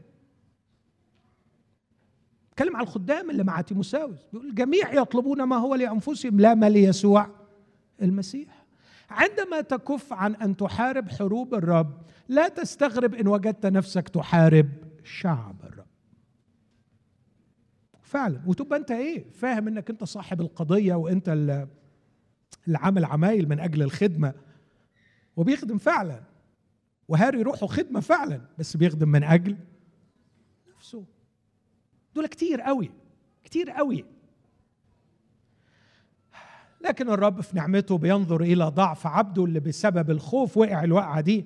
بيتكلم على الخدام اللي مع تيموثاوس. بيقول الجميع يطلبون ما هو لأنفسهم لا ما ليسوع المسيح. عندما تكف عن أن تحارب حروب الرب لا تستغرب إن وجدت نفسك تحارب شعب الرب فعلا، وتبقى أنت إيه فاهم إنك أنت صاحب القضية، وأنت اللي عامل عمايل من أجل الخدمة، وبيخدم فعلا، وهاري روحه خدمة فعلا، بس بيخدم من أجل نفسه. دول كتير قوي كتير قوي. لكن الرب في نعمته بينظر إلى ضعف عبده اللي بسبب الخوف وقع الوقعة دي،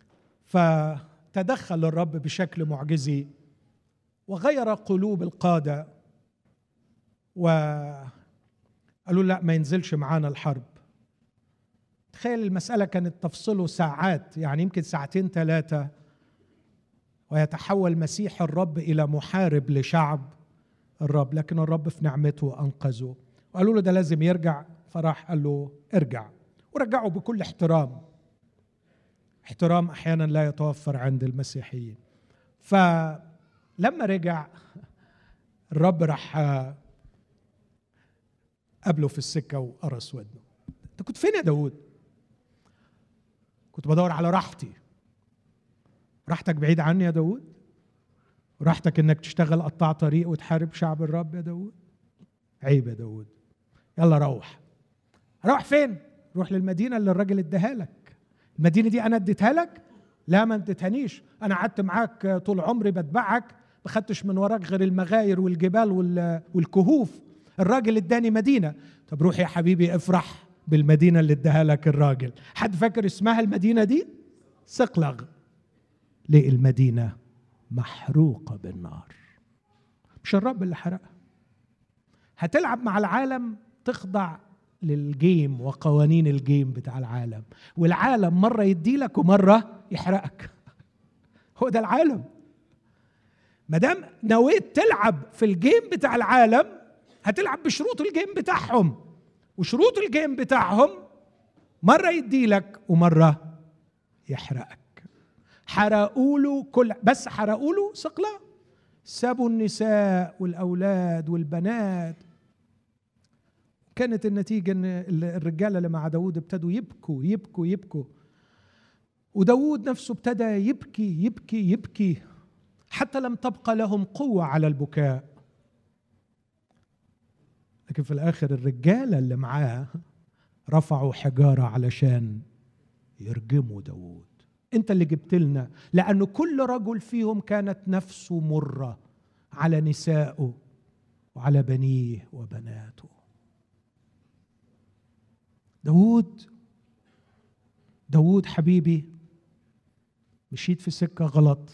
فتدخل الرب بشكل معجزي وغير قلوب القادة، وقالوا لا ما ينزلش معانا الحرب. تخيل المسألة كانت تفصله ساعات، يعني يمكن ساعتين ثلاثة، ويتحول مسيح الرب إلى محارب لشعب الرب، لكن الرب في نعمته أنقذه. وقالوا له ده لازم يرجع، فراح قال له ارجع، ورجعه بكل احترام، احترام أحيانا لا يتوفر عند المسيحيين. فلما رجع الرب راح قابله في السكة وقرص ودنه. انت كنت فين يا داود؟ كنت بدور على راحتي. راحتك بعيد عني يا داود؟ راحتك انك تشتغل قطاع طريق وتحارب شعب الرب يا داود؟ عيب يا داود. يلا روح. روح فين؟ روح للمدينة اللي الراجل اداها لك. المدينة دي انا اديتها لك؟ لا ما اديتهانيش، انا قعدت معاك طول عمري بتبعك، ما خدتش من وراك غير المغاير والجبال والكهوف. الراجل اداني مدينة. طب روح يا حبيبي افرح بالمدينة اللي اداها لك الراجل. حد فاكر اسمها المدينة دي؟ صقلغ. ليه المدينة محروقة بالنار؟ مش الرب اللي حرقها. هتلعب مع العالم، تخضع للجيم وقوانين الجيم بتاع العالم، والعالم مرة يديلك ومرة يحرقك. هو ده العالم. مادام نويت تلعب في الجيم بتاع العالم هتلعب بشروط الجيم بتاعهم، وشروط الجيم بتاعهم مرة يديلك ومرة يحرقك. حرقوا له كل، بس حرقوا له صقلة، سابوا النساء والأولاد والبنات. كانت النتيجة أن الرجالة اللي مع داود ابتدوا يبكوا يبكوا يبكوا، وداود نفسه ابتدى يبكي يبكي يبكي حتى لم تبقى لهم قوة على البكاء. لكن في الآخر الرجالة اللي معاه رفعوا حجارة علشان يرجموا داود. انت اللي جبت لنا، لأن كل رجل فيهم كانت نفسه مرة على نسائه وعلى بنيه وبناته. داود داود حبيبي مشيت في سكة غلط.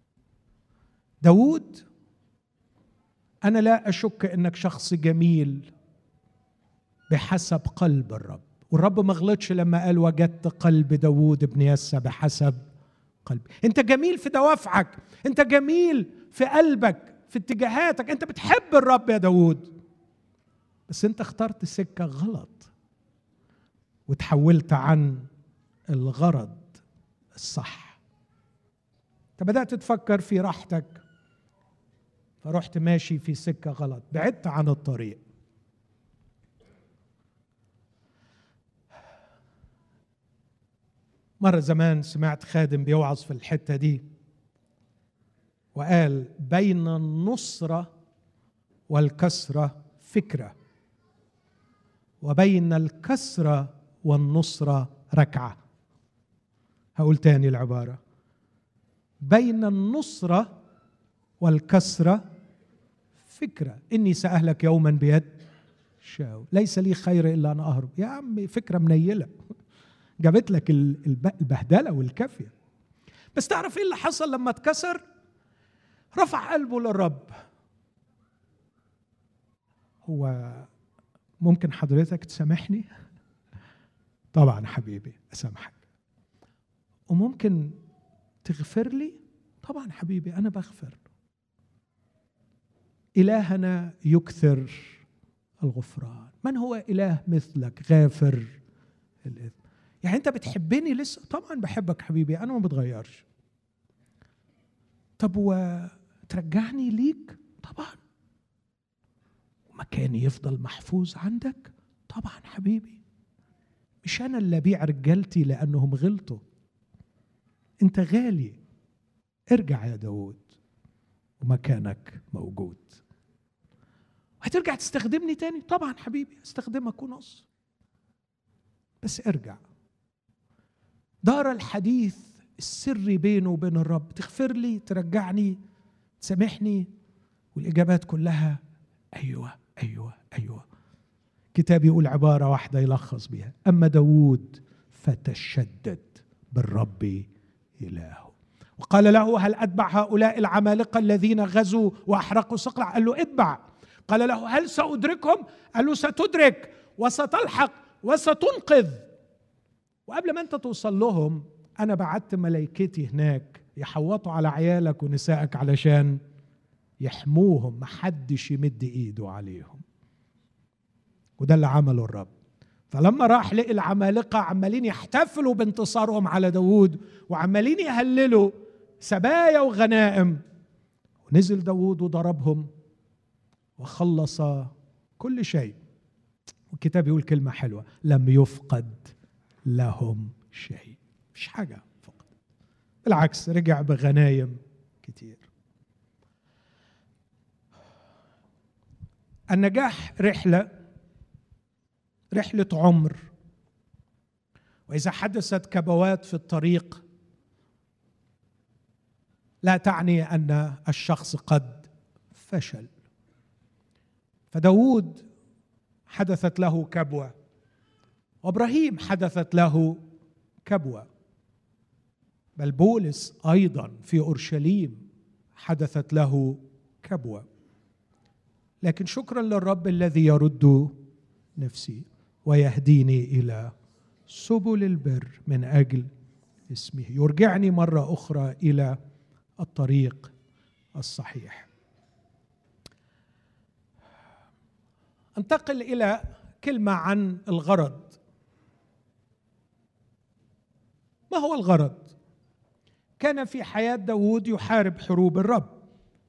داود أنا لا أشك أنك شخص جميل بحسب قلب الرب، والرب ما غلطش لما قال وجدت قلب داود ابن يسى بحسب قلبي. أنت جميل في دوافعك، أنت جميل في قلبك، في اتجاهاتك، أنت بتحب الرب يا داود، بس أنت اخترت سكة غلط وتحولت عن الغرض الصح. أنت بدأت تفكر في راحتك فرحت ماشي في سكة غلط، بعدت عن الطريق. مرة زمان سمعت خادم بيوعظ في الحتة دي وقال بين النصرة والكسرة فكرة، وبين الكسرة والنصرة ركعة. هقول تاني العبارة: بين النصرة والكسرة فكرة، إني سأهلك يوما بيد شاول، ليس لي خير إلا أن أهرب. يا عمي فكرة منيلة جابت لك البهدلة والكافية. بس تعرف إيه اللي حصل لما اتكسر؟ رفع قلبه للرب. هو ممكن حضرتك تسامحني؟ طبعا حبيبي أسامحك. وممكن تغفر لي؟ طبعا حبيبي أنا بغفر. إلهنا يكثر الغفران. من هو إله مثلك غافر الإثم؟ يعني أنت بتحبني لسه؟ طبعا بحبك حبيبي، أنا ما بتغيرش. طب وترجعني ليك؟ طبعا. ومكاني يفضل محفوظ عندك؟ طبعا حبيبي. مش أنا اللي أبيع رجالتي لأنهم غلطوا، أنت غالي. ارجع يا داود ومكانك موجود. هترجع تستخدمني تاني؟ طبعا حبيبي استخدمك ونص، بس ارجع. دار الحديث السري بينه وبين الرب، تغفر لي، ترجعني، تسامحني، والإجابات كلها أيوة أيوة أيوة. كتاب يقول عبارة واحدة يلخص بها: أما داود فتشدد بالرب إلهه وقال له هل أتبع هؤلاء العمالقة الذين غزوا وأحرقوا صقلع؟ قال له اتبع. قال له هل سأدركهم؟ قال له ستدرك وستلحق وستنقذ. وقبل ما أنت توصل لهم أنا بعت ملائكتي هناك يحوطوا على عيالك ونسائك علشان يحموهم، محدش يمد إيده عليهم. وده اللي عمله الرب. فلما راح لقي العمالقة عمالين يحتفلوا بانتصارهم على داود وعمالين يهللوا سبايا وغنائم، ونزل داود وضربهم وخلص كل شيء. والكتاب يقول كلمة حلوة: لم يفقد لهم شيء. مش حاجة فقط، بالعكس رجع بغنايم كتير. النجاح رحلة رحلة عمر، وإذا حدثت كبوات في الطريق لا تعني أن الشخص قد فشل. فداود حدثت له كبوة، وإبراهيم حدثت له كبوة، بل بولس أيضا في أورشليم حدثت له كبوة. لكن شكرا للرب الذي يرد نفسي ويهديني إلى سبل البر من أجل اسمه، يرجعني مرة أخرى إلى الطريق الصحيح. انتقل إلى كلمة عن الغرض. ما هو الغرض؟ كان في حياة داود يحارب حروب الرب،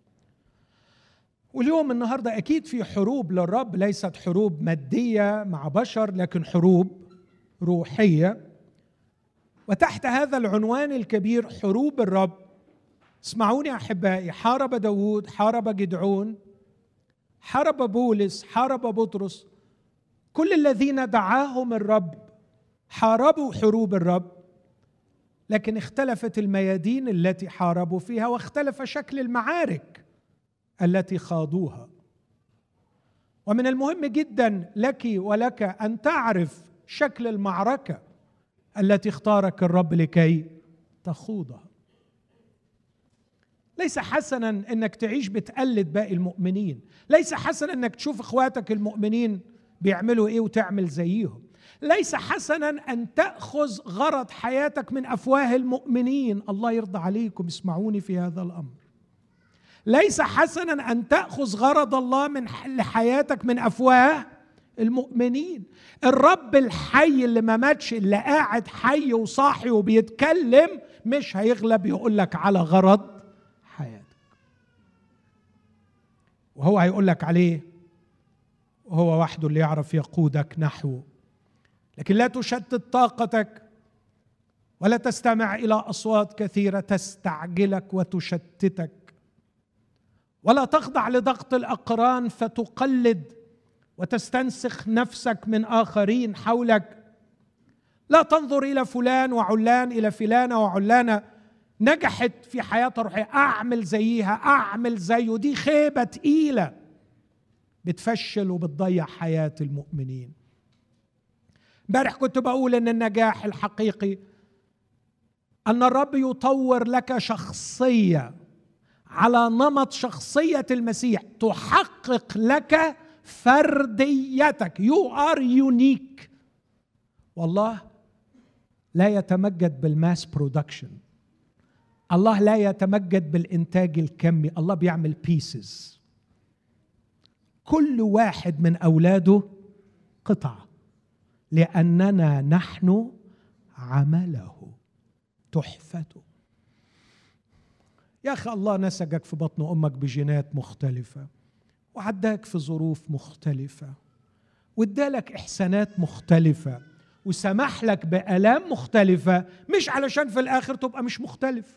واليوم النهاردة أكيد في حروب للرب، ليست حروب مادية مع بشر لكن حروب روحية. وتحت هذا العنوان الكبير حروب الرب، اسمعوني أحبائي، حارب داود، حارب جدعون، حارب بولس، حارب بطرس، كل الذين دعاهم الرب حاربوا حروب الرب، لكن اختلفت الميادين التي حاربوا فيها، واختلف شكل المعارك التي خاضوها. ومن المهم جدا لك ولك أن تعرف شكل المعركة التي اختارك الرب لكي تخوضها. ليس حسنا انك تعيش بتقلد باقي المؤمنين، ليس حسنا انك تشوف اخواتك المؤمنين بيعملوا ايه وتعمل زيهم، ليس حسنا ان تأخذ غرض حياتك من افواه المؤمنين. الله يرضى عليكم، اسمعوني في هذا الامر. ليس حسنا ان تأخذ غرض الله من حياتك من افواه المؤمنين. الرب الحي اللي ما ماتش، اللي قاعد حي وصاحي وبيتكلم، مش هيغلب يقول لك على غرض حياتك، وهو هيقول لك عليه، وهو وحده اللي يعرف يقودك نحوه. لكن لا تشتت طاقتك ولا تستمع إلى أصوات كثيرة تستعجلك وتشتتك، ولا تخضع لضغط الأقران فتقلد وتستنسخ نفسك من آخرين حولك. لا تنظر إلى فلان وعلان، إلى فلانة وعلانة نجحت في حياتها الروحية، أعمل زيها أعمل زيه. دي خيبة تقيلة بتفشل وبتضيع حياة المؤمنين. امبارح كنت بقول إن النجاح الحقيقي أن الرب يطور لك شخصية على نمط شخصية المسيح، تحقق لك فرديتك. You are unique. والله لا يتمجد بالماس برودكشن، الله لا يتمجد بالإنتاج الكمي، الله بيعمل بيسز. كل واحد من أولاده قطعة، لأننا نحن عمله تحفته. يا أخي الله نسجك في بطن أمك بجينات مختلفة، وعداك في ظروف مختلفة، وادالك إحسانات مختلفة، وسمح لك بآلام مختلفة، مش علشان في الآخر تبقى مش مختلف.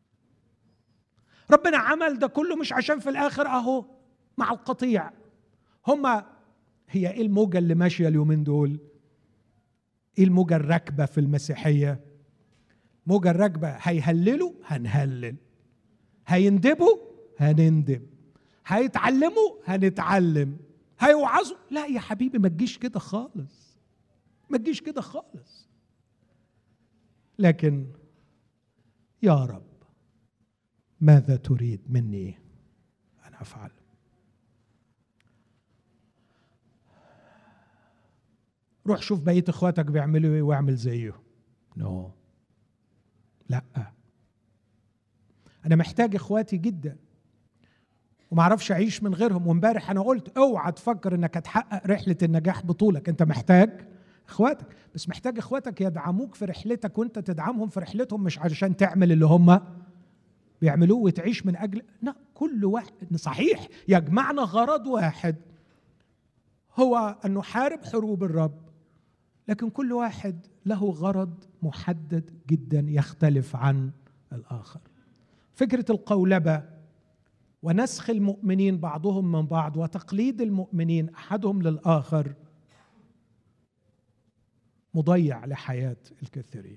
ربنا عمل ده كله مش عشان في الآخر أهو مع القطيع. هما هي إيه الموجة اللي ماشية اليومين دول؟ إيه الموجة الراكبة في المسيحية؟ موجة الراكبة هيهللوا هنهلل، هيندبوا هنندب، هيتعلموا هنتعلم، هيوعظوا. لا يا حبيبي، ما تجيش كده خالص، ما تجيش كده خالص. لكن يا رب ماذا تريد مني أن أفعل؟ روح شوف بقية إخواتك بيعملوا إيه واعمل زيهم. نو no. لا، أنا محتاج إخواتي جدا وما اعرفش أعيش من غيرهم. وامبارح أنا قلت اوعى تفكر إنك هتحقق رحلة النجاح بطولك، أنت محتاج إخواتك، بس محتاج إخواتك يدعموك في رحلتك وأنت تدعمهم في رحلتهم، مش عشان تعمل اللي هم بيعملوه وتعيش من أجل. لا، كل واحد صحيح يجمعنا غرض واحد، هو أن نحارب حروب الرب، لكن كل واحد له غرض محدد جدا يختلف عن الآخر. فكرة القولبة ونسخ المؤمنين بعضهم من بعض وتقليد المؤمنين أحدهم للآخر مضيع لحياة الكثيرين.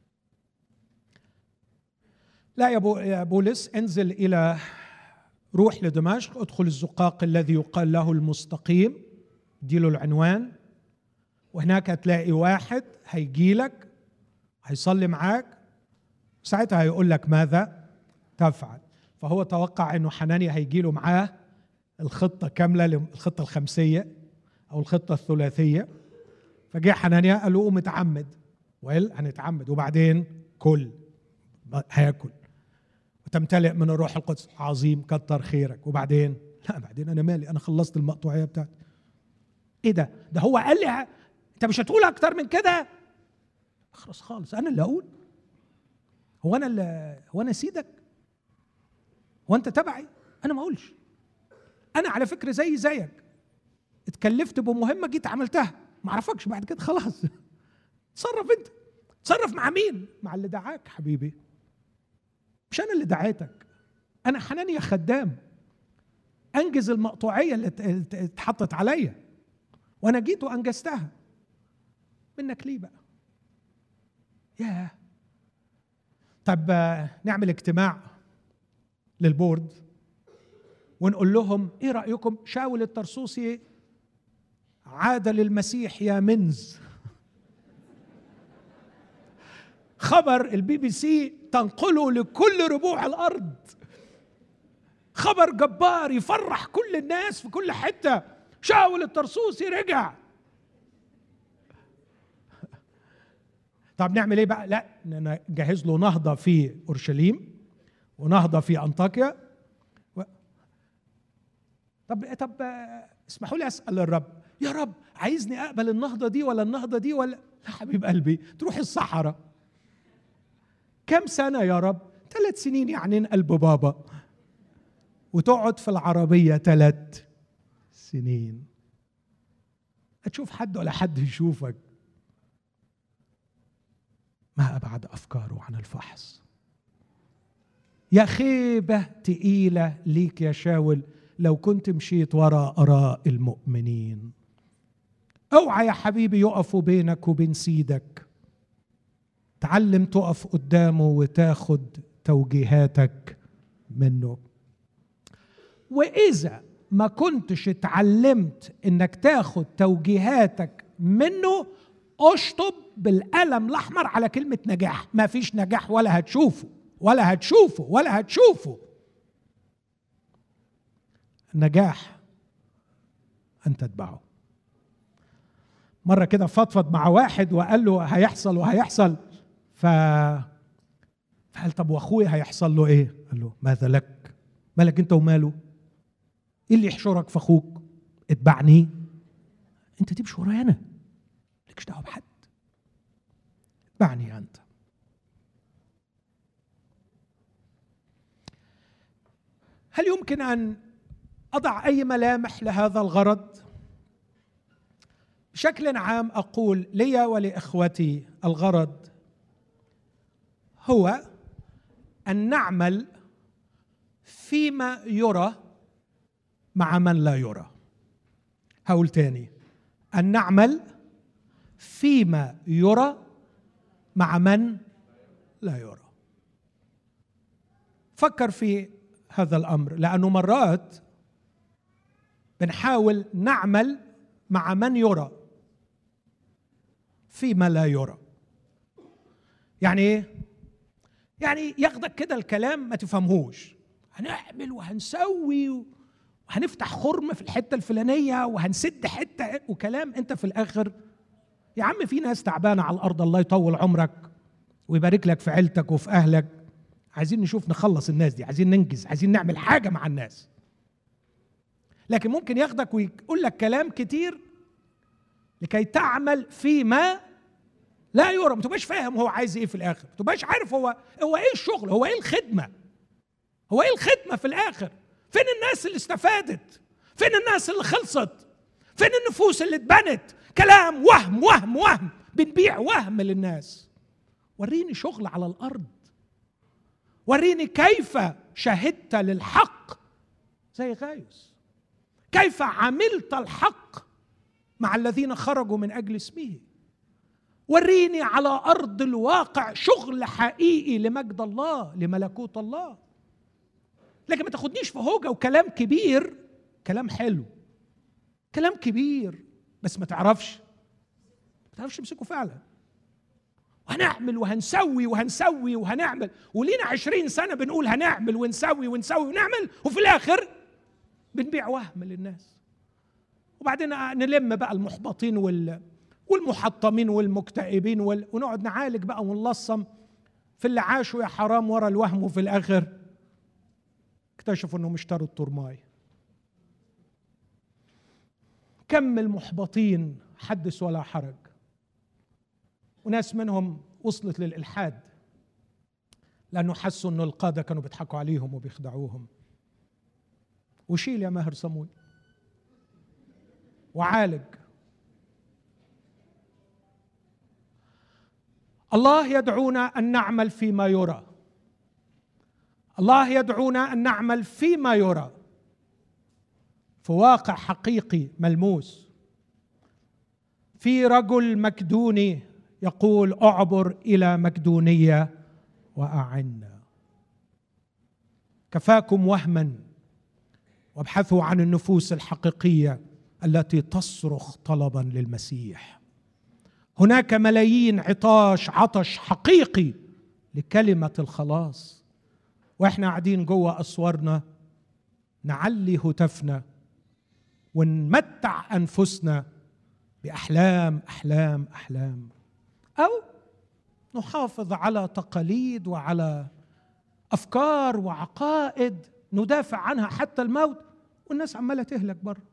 لا يا بولس، انزل إلى روح لدمشق، ادخل الزقاق الذي يقال له المستقيم، اديله العنوان، وهناك هتلاقي واحد هيجي لك هيصلي معاك، ساعتها هيقول لك ماذا تفعل. فهو توقع انه حنانيا هيجي له معاه الخطه كامله، الخطه الخمسيه او الخطه الثلاثيه. فجاء حنانيا قال له قوم اتعمد، وقال هنتعمد وبعدين كل هياكل وتمتلئ من الروح القدس. عظيم، كتر خيرك. وبعدين لا، بعدين انا مالي، انا خلصت المقطوعيه بتاعتي. ايه ده؟ ده هو قال لي انت مش هتقول اكتر من كده؟ اخلص خالص، انا اللي اقول؟ هو انا اللي هو انا سيدك؟ هو انت تبعي؟ انا ما اقولش. انا على فكره زي زيك، اتكلفت بمهمه جيت عملتها، ما اعرفكش بعد كده خلاص. تصرف انت. تصرف مع مين؟ مع اللي دعاك حبيبي، مش انا اللي دعيتك. انا حنانيا خدام انجز المقطوعيه اللي اتحطت عليا، وانا جيت وانجزتها منك ليه بقى؟ ياه. طب نعمل اجتماع للبورد ونقول لهم ايه رأيكم شاول الطرسوسي عاد للمسيح يا منز. خبر البي بي سي تنقله لكل ربوع الارض، خبر جبار يفرح كل الناس في كل حتة، شاول الطرسوسي رجع. طب نعمل ايه بقى؟ لا نجهز له نهضة في اورشليم ونهضة في انطاكيا و... طب طب اسمحوا لي اسال الرب، يا رب عايزني اقبل النهضة دي ولا النهضة دي ولا لا؟ حبيب قلبي تروح الصحراء. كم سنة يا رب؟ ثلاث سنين يعني قلب بابا، وتقعد في العربية ثلاث سنين هتشوف حد ولا حد يشوفك؟ ما أبعد أفكاره عن الفحص. يا خيبة تقيلة ليك يا شاول لو كنت مشيت وراء آراء المؤمنين. اوعى يا حبيبي يقفوا بينك وبين سيدك، تعلم تقف قدامه وتاخد توجيهاتك منه. وإذا ما كنتش اتعلمت انك تاخد توجيهاتك منه، اشطب بالقلم الاحمر على كلمة نجاح. ما فيش نجاح ولا هتشوفه ولا هتشوفه ولا هتشوفه. النجاح ان تتبعه. مرة كده فضفض مع واحد وقال له هيحصل وهيحصل، ف فقال طب واخويا هيحصل له ايه؟ قال له ماذا لك؟ مالك انت وماله؟ ايه اللي يحشرك في اخوك؟ اتبعني. انت تمشي ورايا انا، مالكش دعوه بحد، اتبعني انت. هل يمكن ان اضع اي ملامح لهذا الغرض؟ بشكل عام اقول لي ولاخوتي الغرض هو ان نعمل فيما يرى مع من لا يرى. هقول تاني، أن نعمل فيما يرى مع من لا يرى. فكر في هذا الأمر، لأنه مرات بنحاول نعمل مع من يرى فيما لا يرى. يعني ايه؟ يعني ياخدك كده الكلام ما تفهمهوش، هنعمل وهنسوي وهنفتح خرم في الحته الفلانيه وهنسد حته وكلام. انت في الاخر يا عم في ناس تعبانه على الارض، الله يطول عمرك ويبارك لك في عيلتك وفي اهلك. عايزين نشوف نخلص الناس دي، عايزين ننجز، عايزين نعمل حاجه مع الناس. لكن ممكن ياخدك ويقول لك كلام كتير لكي تعمل فيما لا يرى. ما تبقاش فاهم هو عايز ايه في الاخر، ما تبقاش عارف هو هو ايه الشغل، هو ايه الخدمه، هو ايه الخدمه في الاخر. فين الناس اللي استفادت؟ فين الناس اللي خلصت؟ فين النفوس اللي اتبنت؟ كلام وهم وهم وهم، بنبيع وهم للناس. وريني شغل على الارض، وريني كيف شهدت للحق زي غايوس، كيف عملت الحق مع الذين خرجوا من اجل اسمه. وريني على ارض الواقع شغل حقيقي لمجد الله، لملكوت الله. لكن ما تاخدنيش في هوجة وكلام كبير، كلام حلو، كلام كبير، بس ما تعرفش ما تعرفش تمسكه فعلا. وهنعمل وهنسوي وهنسوي وهنعمل، ولينا عشرين سنة بنقول هنعمل ونسوي ونسوي ونعمل، وفي الآخر بنبيع وهم للناس. وبعدين نلم بقى المحبطين وال والمحطمين والمكتئبين وال... ونقعد نعالج بقى ونلصم في اللي عاشوا يا حرام ورا الوهم، وفي الآخر اكتشفوا انهم اشتروا الترماي. كم المحبطين حدث ولا حرج، وناس منهم وصلت للإلحاد لأنه حسوا أنه القادة كانوا بيضحكوا عليهم وبيخدعوهم. وشيل يا ماهر صموي وعالج. الله يدعونا أن نعمل فيما يرى، الله يدعونا أن نعمل فيما يرى، في واقع حقيقي ملموس. في رجل مكدوني يقول اعبر إلى مكدونية وأعنا. كفاكم وهما وابحثوا عن النفوس الحقيقية التي تصرخ طلبا للمسيح. هناك ملايين عطاش عطش حقيقي لكلمة الخلاص، واحنا قاعدين جوه أسوارنا نعلي هتافنا ونمتع أنفسنا بأحلام أحلام أحلام، أو نحافظ على تقاليد وعلى أفكار وعقائد ندافع عنها حتى الموت والناس عمالة تهلك بره.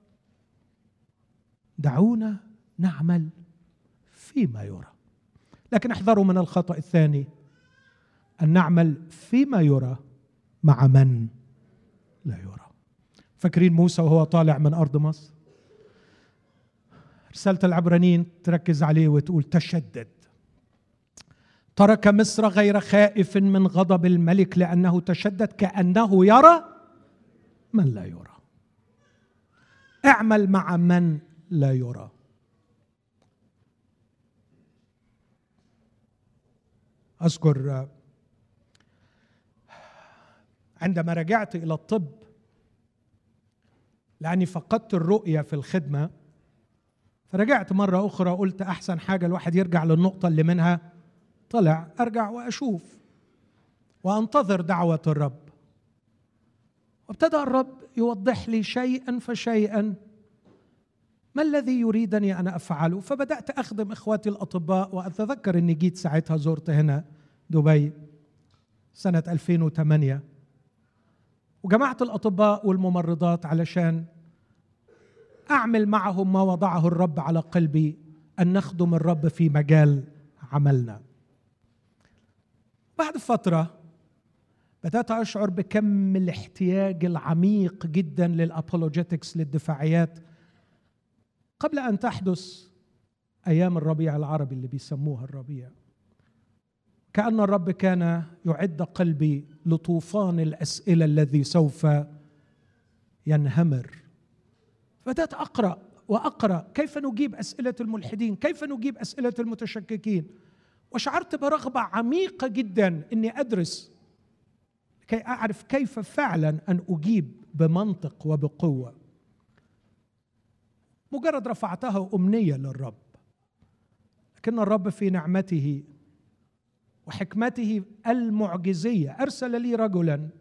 دعونا نعمل فيما يرى، لكن احذروا من الخطأ الثاني، أن نعمل فيما يرى مع من لا يرى. فاكرين موسى وهو طالع من أرض مصر؟ رسالة العبرانيين تركز عليه وتقول تشدد. ترك مصر غير خائف من غضب الملك لأنه تشدد كأنه يرى من لا يرى. اعمل مع من لا يرى. أذكر عندما رجعت إلى الطب لأني فقدت الرؤية في الخدمة، فرجعت مرة أخرى قلت أحسن حاجة الواحد يرجع للنقطة اللي منها طلع، أرجع وأشوف وأنتظر دعوة الرب. وابتدى الرب يوضح لي شيئا فشيئا ما الذي يريدني أنا أفعله. فبدأت أخدم إخواتي الأطباء، وأتذكر أني جيت ساعتها زرت هنا دبي سنة ألفين وثمانية، وجمعت الأطباء والممرضات علشان أعمل معهم ما وضعه الرب على قلبي، أن نخدم الرب في مجال عملنا. بعد فترة بدأت أشعر بكم الاحتياج العميق جدا للأبولوجيتكس، للدفاعيات، قبل أن تحدث أيام الربيع العربي اللي بيسموها الربيع. كأن الرب كان يعد قلبي لطوفان الأسئلة الذي سوف ينهمر. بدأت أقرأ وأقرأ كيف نجيب أسئلة الملحدين، كيف نجيب أسئلة المتشككين، وشعرت برغبة عميقة جدا أني أدرس كي أعرف كيف فعلا أن أجيب بمنطق وبقوة. مجرد رفعتها أمنية للرب، لكن الرب في نعمته وحكمته المعجزية أرسل لي رجلا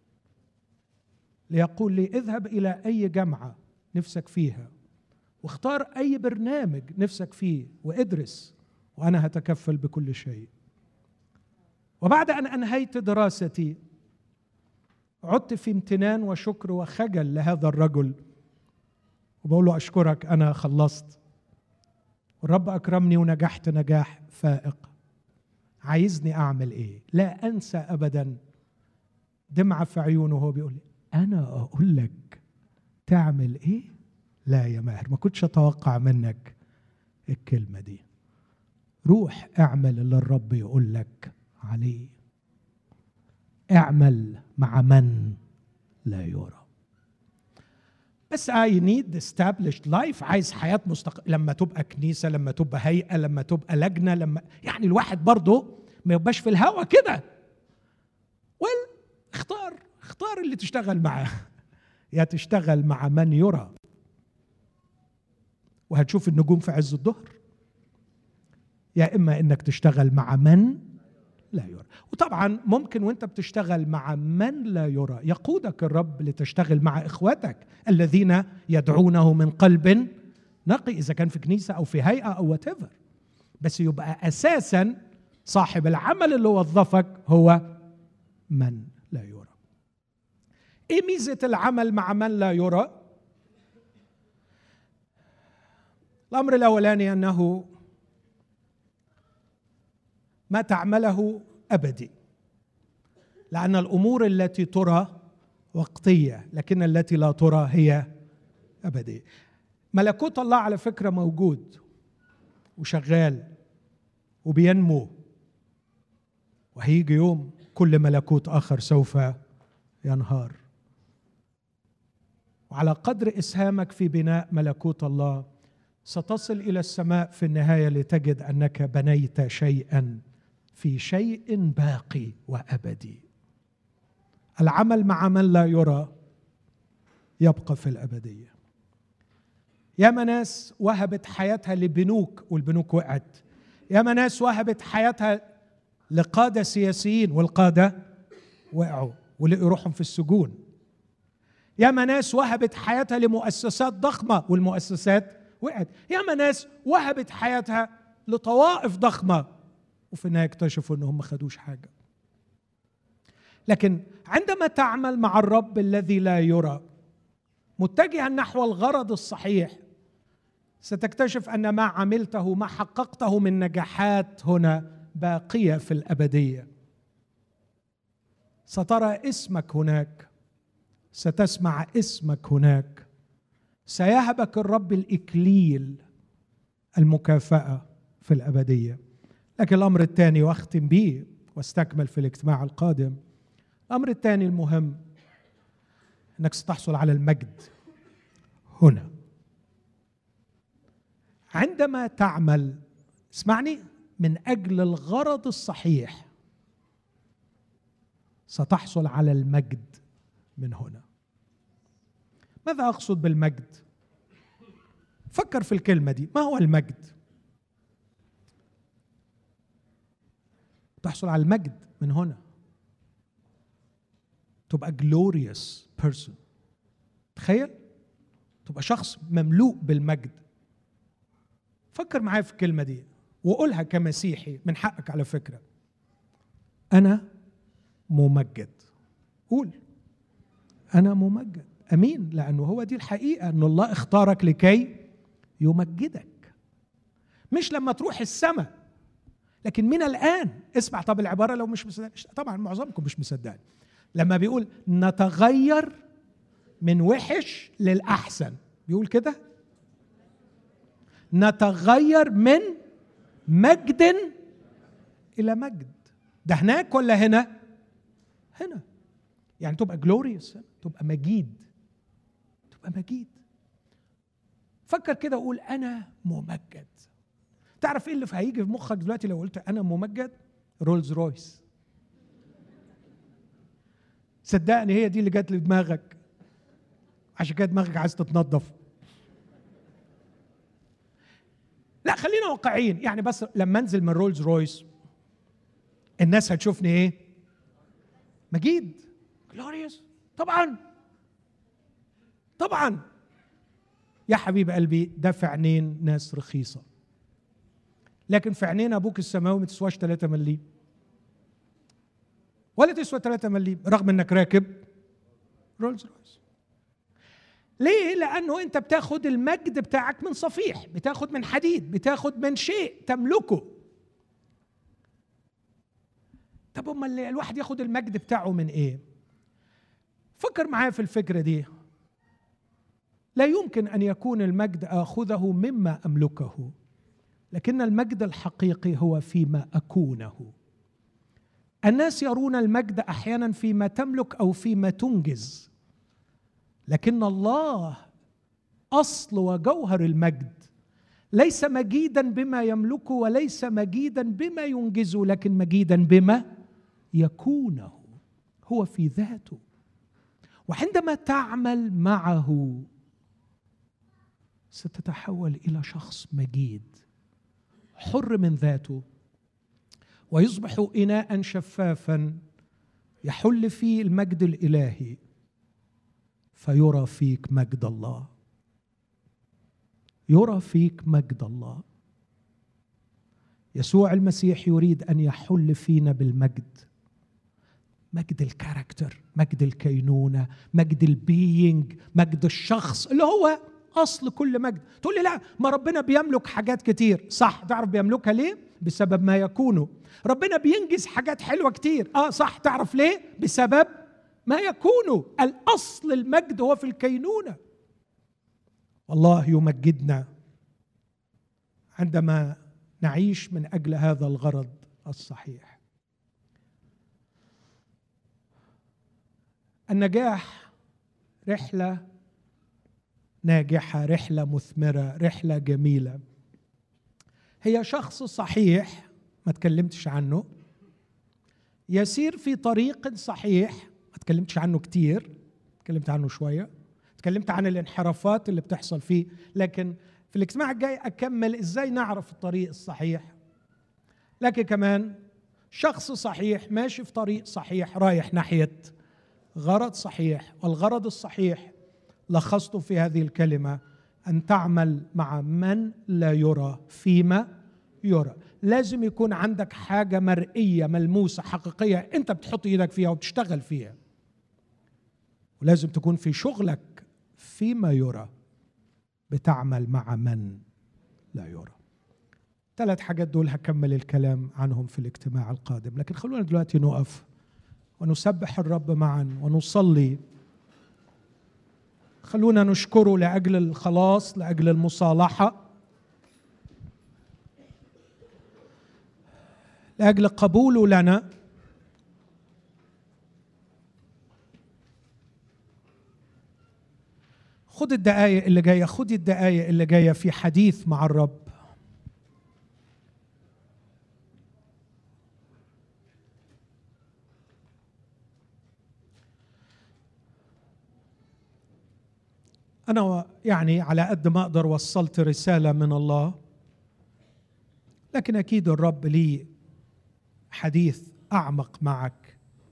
ليقول لي اذهب إلى أي جامعة نفسك فيها واختار أي برنامج نفسك فيه وادرس، وأنا هتكفل بكل شيء. وبعد أن أنهيت دراستي عدت في امتنان وشكر وخجل لهذا الرجل، وبقول له أشكرك أنا خلصت والرب أكرمني ونجحت نجاح فائق. عايزني أعمل إيه؟ لا أنسى أبدا دمعة في عيونه وهو بيقول لي أنا أقول لك تعمل إيه؟ لا يا ماهر، ما كنتش أتوقع منك الكلمة دي. روح اعمل اللي الرب يقول لك عليه. اعمل مع من لا يرى. بس I need established life. عايز حياة مستقبل، لما تبقى كنيسة، لما تبقى هيئة، لما تبقى لجنة، لما يعني الواحد برضه ما يبقاش في الهوا كده. ويل اختار اختار اللي تشتغل معاه. يا تشتغل مع من يرى وهتشوف النجوم في عز الظهر، يا إما إنك تشتغل مع من لا يرى. وطبعا ممكن وانت بتشتغل مع من لا يرى يقودك الرب لتشتغل مع إخواتك الذين يدعونه من قلب نقي، إذا كان في كنيسة أو في هيئة أو whatever. بس يبقى أساسا صاحب العمل اللي وظفك هو من لا يرى. إيه ميزة العمل مع من لا يرى؟ الأمر الأولاني أنه ما تعمله أبدي، لأن الأمور التي ترى وقتية لكن التي لا ترى هي أبدية. ملكوت الله على فكرة موجود وشغال وبينمو، وهيجي يوم كل ملكوت آخر سوف ينهار. وعلى قدر إسهامك في بناء ملكوت الله ستصل إلى السماء في النهاية لتجد أنك بنيت شيئا في شيء باقي وأبدي. العمل مع من لا يرى يبقى في الأبدية. ياما ناس وهبت حياتها لبنوك والبنوك وقعت. ياما ناس وهبت حياتها لقادة سياسيين والقادة وقعوا ولقوا روحهم في السجون. ياما ناس وهبت حياتها لمؤسسات ضخمة والمؤسسات وقعت. ياما ناس وهبت حياتها لطوائف ضخمة وفي النهاية اكتشفوا انهم ما خدوش حاجة. لكن عندما تعمل مع الرب الذي لا يرى متجها نحو الغرض الصحيح، ستكتشف أن ما عملته ما حققته من نجاحات هنا باقية في الأبدية. سترى اسمك هناك، ستسمع اسمك هناك، سيهبك الرب الإكليل، المكافأة في الأبدية. لكن الأمر الثاني وأختم به واستكمل في الاجتماع القادم، الأمر الثاني المهم أنك ستحصل على المجد هنا. عندما تعمل، اسمعني، من أجل الغرض الصحيح ستحصل على المجد من هنا. ماذا أقصد بالمجد؟ فكر في الكلمة دي. ما هو المجد؟ تحصل على المجد من هنا، تبقى glorious person. تخيل تبقى شخص مملوء بالمجد. فكر معايا في الكلمة دي وقولها كمسيحي، من حقك على فكرة. أنا ممجد. قول أنا ممجد. أمين، لأنه هو دي الحقيقة، أن الله اختارك لكي يمجدك، مش لما تروح السماء، لكن من الآن. اسمع، طب العبارة لو مش مصدقني، طبعا معظمكم مش مصدقني، لما بيقول نتغير من وحش للأحسن، بيقول كده نتغير من مجد إلى مجد. ده هناك ولا هنا؟ هنا. يعني تبقى جلوريوس، تبقى مجيد، تبقى مجيد. فكر كده وقول أنا ممجد. تعرف إيه اللي هيجي في مخك دلوقتي لو قلت أنا ممجد؟ رولز رويس. صدقني هي دي اللي جت لدماغك، عشان كده دماغك عايز تتنظف. لا، خلينا واقعيين. يعني بس لما انزل من رولز رويس الناس هتشوفني ايه؟ مجيد، جلوريوس. طبعا طبعا يا حبيب قلبي، ده في عينين ناس رخيصة، لكن في عينين ابوك السماوي ما تسواش ثلاثة مليم، ولا تسوى ثلاثة مليم، رغم انك راكب رولز رويس. ليه؟ لأنه أنت بتاخد المجد بتاعك من صفيح، بتاخد من حديد، بتاخد من شيء تملكه. طب أما الواحد ياخد المجد بتاعه من إيه؟ فكر معايا في الفكرة دي. لا يمكن أن يكون المجد آخذه مما أملكه، لكن المجد الحقيقي هو فيما أكونه. الناس يرون المجد أحيانا فيما تملك أو فيما تنجز، لكن الله أصل وجوهر المجد ليس مجيدا بما يملكه وليس مجيدا بما ينجزه، لكن مجيدا بما يكونه، هو في ذاته. وعندما تعمل معه ستتحول إلى شخص مجيد حر من ذاته، ويصبح إناء شفافا يحل فيه المجد الإلهي، فيرى فيك مجد الله، يرى فيك مجد الله. يسوع المسيح يريد أن يحل فينا بالمجد، مجد الكاركتر، مجد الكينونة، مجد البيينج، مجد الشخص اللي هو أصل كل مجد. تقول لي لا، ما ربنا بيملك حاجات كتير. صح، تعرف بيملكها ليه؟ بسبب ما يكونه. ربنا بينجز حاجات حلوة كتير. آه صح، تعرف ليه؟ بسبب ما يكونه. الأصل المجد هو في الكينونة. والله يمجدنا عندما نعيش من أجل هذا الغرض الصحيح. النجاح رحلة ناجحة، رحلة مثمرة، رحلة جميلة. هي شخص صحيح ما تكلمتش عنه، يسير في طريق صحيح ما تكلمتش عنه كتير، تكلمت عنه شوية، تكلمت عن الانحرافات اللي بتحصل فيه، لكن في الاجتماع الجاي أكمل إزاي نعرف الطريق الصحيح. لكن كمان شخص صحيح ماشي في طريق صحيح رايح ناحية غرض صحيح، والغرض الصحيح لخصته في هذه الكلمة: أن تعمل مع من لا يرى فيما يرى. لازم يكون عندك حاجة مرئية ملموسة حقيقية أنت بتحط إيدك فيها وبتشتغل فيها، ولازم تكون في شغلك فيما يرى بتعمل مع من لا يرى. ثلاث حاجات دول هكمل الكلام عنهم في الاجتماع القادم، لكن خلونا دلوقتي نقف ونسبح الرب معا ونصلي. خلونا نشكره لأجل الخلاص، لأجل المصالحة، لأجل قبوله لنا. خد الدقايق اللي جاية، خد الدقايق اللي جاية في حديث مع الرب. أنا يعني على قد ما أقدر وصلت رسالة من الله، لكن أكيد الرب لي حديث أعمق معك،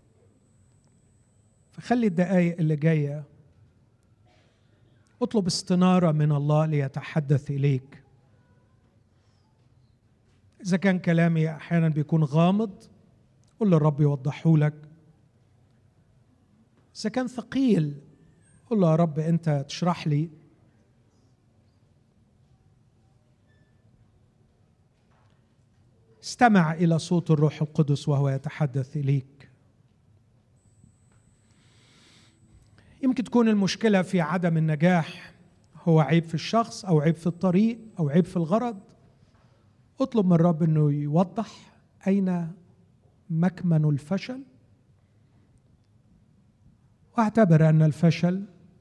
فخلي الدقايق اللي جاية اطلب استنارة من الله ليتحدث إليك. إذا كان كلامي أحيانا بيكون غامض قل للرب يوضحه لك، إذا كان ثقيل قل له يا رب أنت تشرح لي. استمع إلى صوت الروح القدس وهو يتحدث إليك. يمكن تكون المشكلة في عدم النجاح هو عيب في الشخص أو عيب في الطريق أو عيب في الغرض. اطلب من الرب أنه يوضح أين مكمن الفشل، واعتبر أن الفشل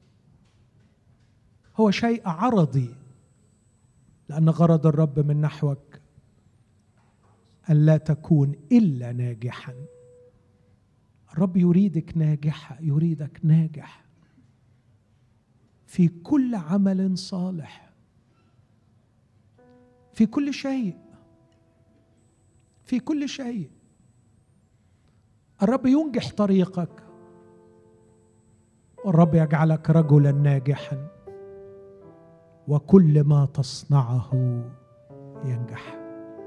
هو شيء عرضي، لأن غرض الرب من نحوك أن لا تكون إلا ناجحا. الرب يريدك ناجحة، يريدك ناجح في كل عمل صالح، في كل شيء، في كل شيء. الرب ينجح طريقك، والرب يجعلك رجلا ناجحا، وكل ما تصنعه ينجح.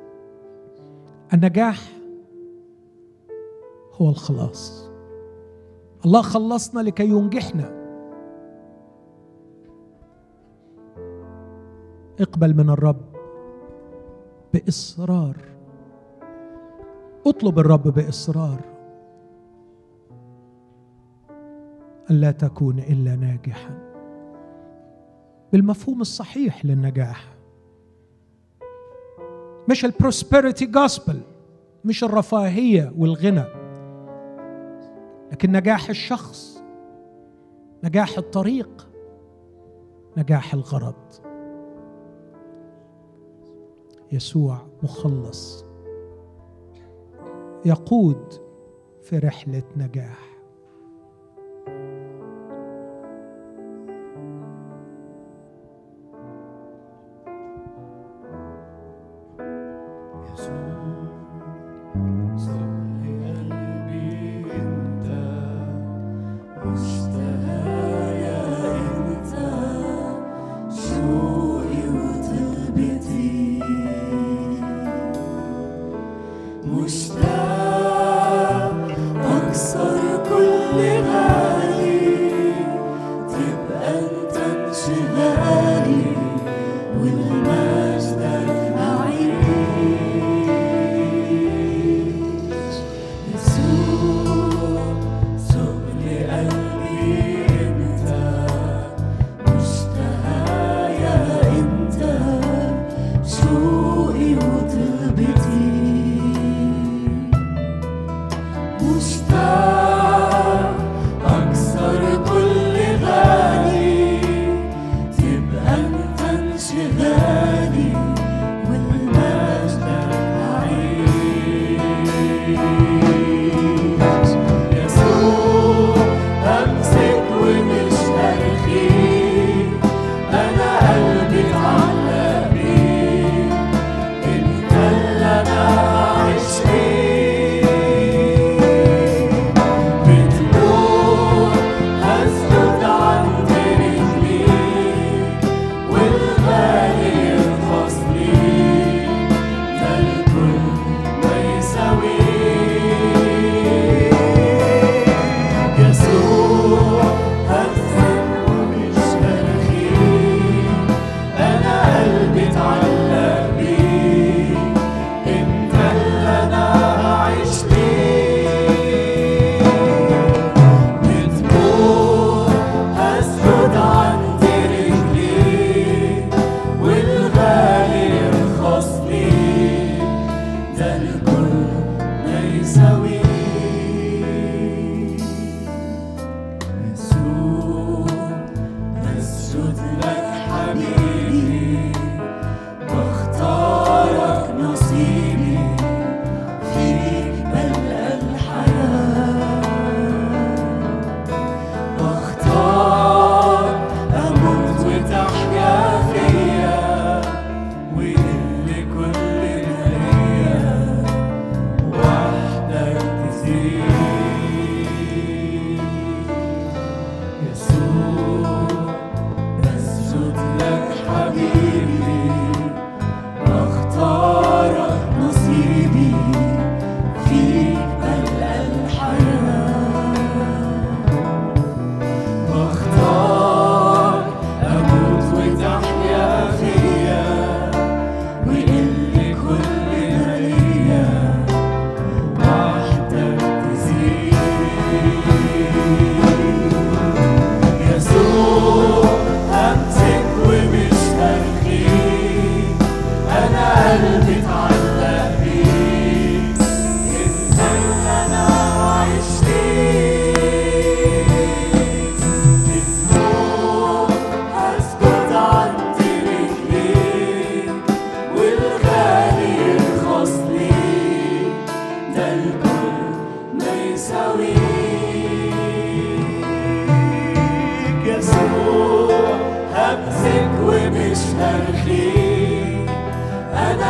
النجاح هو الخلاص. الله خلصنا لكي ينجحنا. اقبل من الرب بإصرار، اطلب الرب بإصرار أن لا تكون إلا ناجحا بالمفهوم الصحيح للنجاح، مش البروسبريتي جوسبل، مش الرفاهية والغنى، لكن نجاح الشخص، نجاح الطريق، نجاح الغرض. يسوع مخلص يقود في رحلة نجاح. مشتاق أكثر كل غالي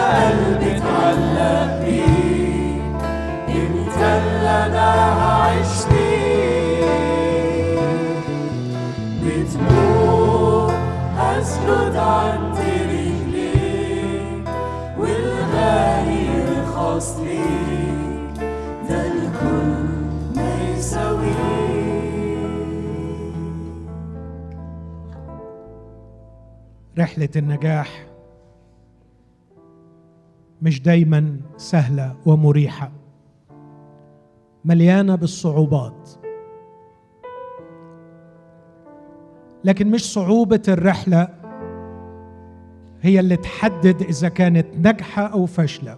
قلبي اتعلق بيك، انت اللي انا هعيش ليك، بتموت هسجد عند رجليك، والغالي رخص ليك، ده الكل ما يساويك. رحلة النجاح مش دايما سهلة ومريحة، مليانة بالصعوبات، لكن مش صعوبة الرحلة هي اللي تحدد إذا كانت ناجحة أو فاشلة.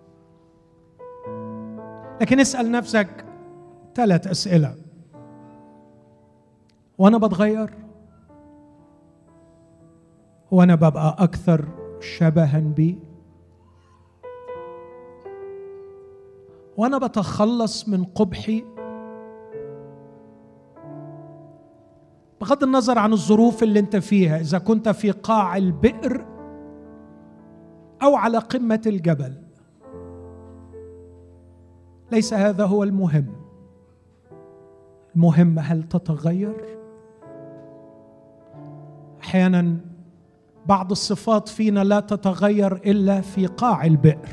لكن اسأل نفسك ثلاث أسئلة: وأنا بتغير؟ وأنا ببقى أكثر شبها بي؟ وأنا بتخلص من قبحي؟ بغض النظر عن الظروف اللي انت فيها، إذا كنت في قاع البئر أو على قمة الجبل، ليس هذا هو المهم. المهم هل تتغير؟ أحيانا بعض الصفات فينا لا تتغير إلا في قاع البئر،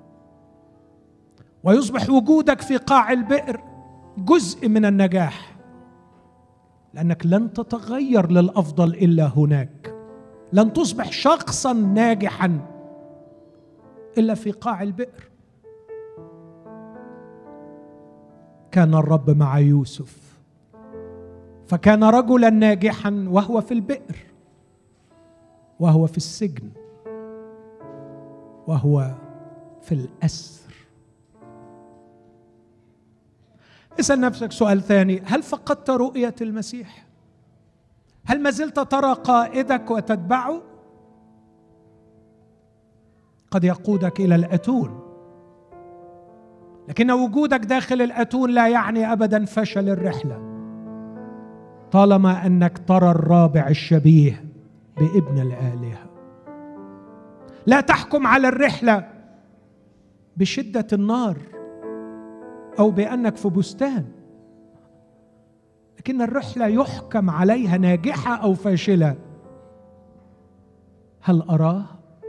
ويصبح وجودك في قاع البئر جزء من النجاح، لأنك لن تتغير للأفضل إلا هناك. لن تصبح شخصا ناجحا إلا في قاع البئر. كان الرب مع يوسف، فكان رجلا ناجحا وهو في البئر، وهو في السجن، وهو في الأسر. اسأل نفسك سؤال ثاني: هل فقدت رؤية المسيح؟ هل ما زلت ترى قائدك وتتبعه؟ قد يقودك إلى الأتون، لكن وجودك داخل الأتون لا يعني أبدا فشل الرحلة، طالما أنك ترى الرابع الشبيه بابن الآلهة. لا تحكم على الرحلة بشدة النار أو بأنك في بستان، لكن الرحلة يحكم عليها ناجحة أو فاشلة. هل أراه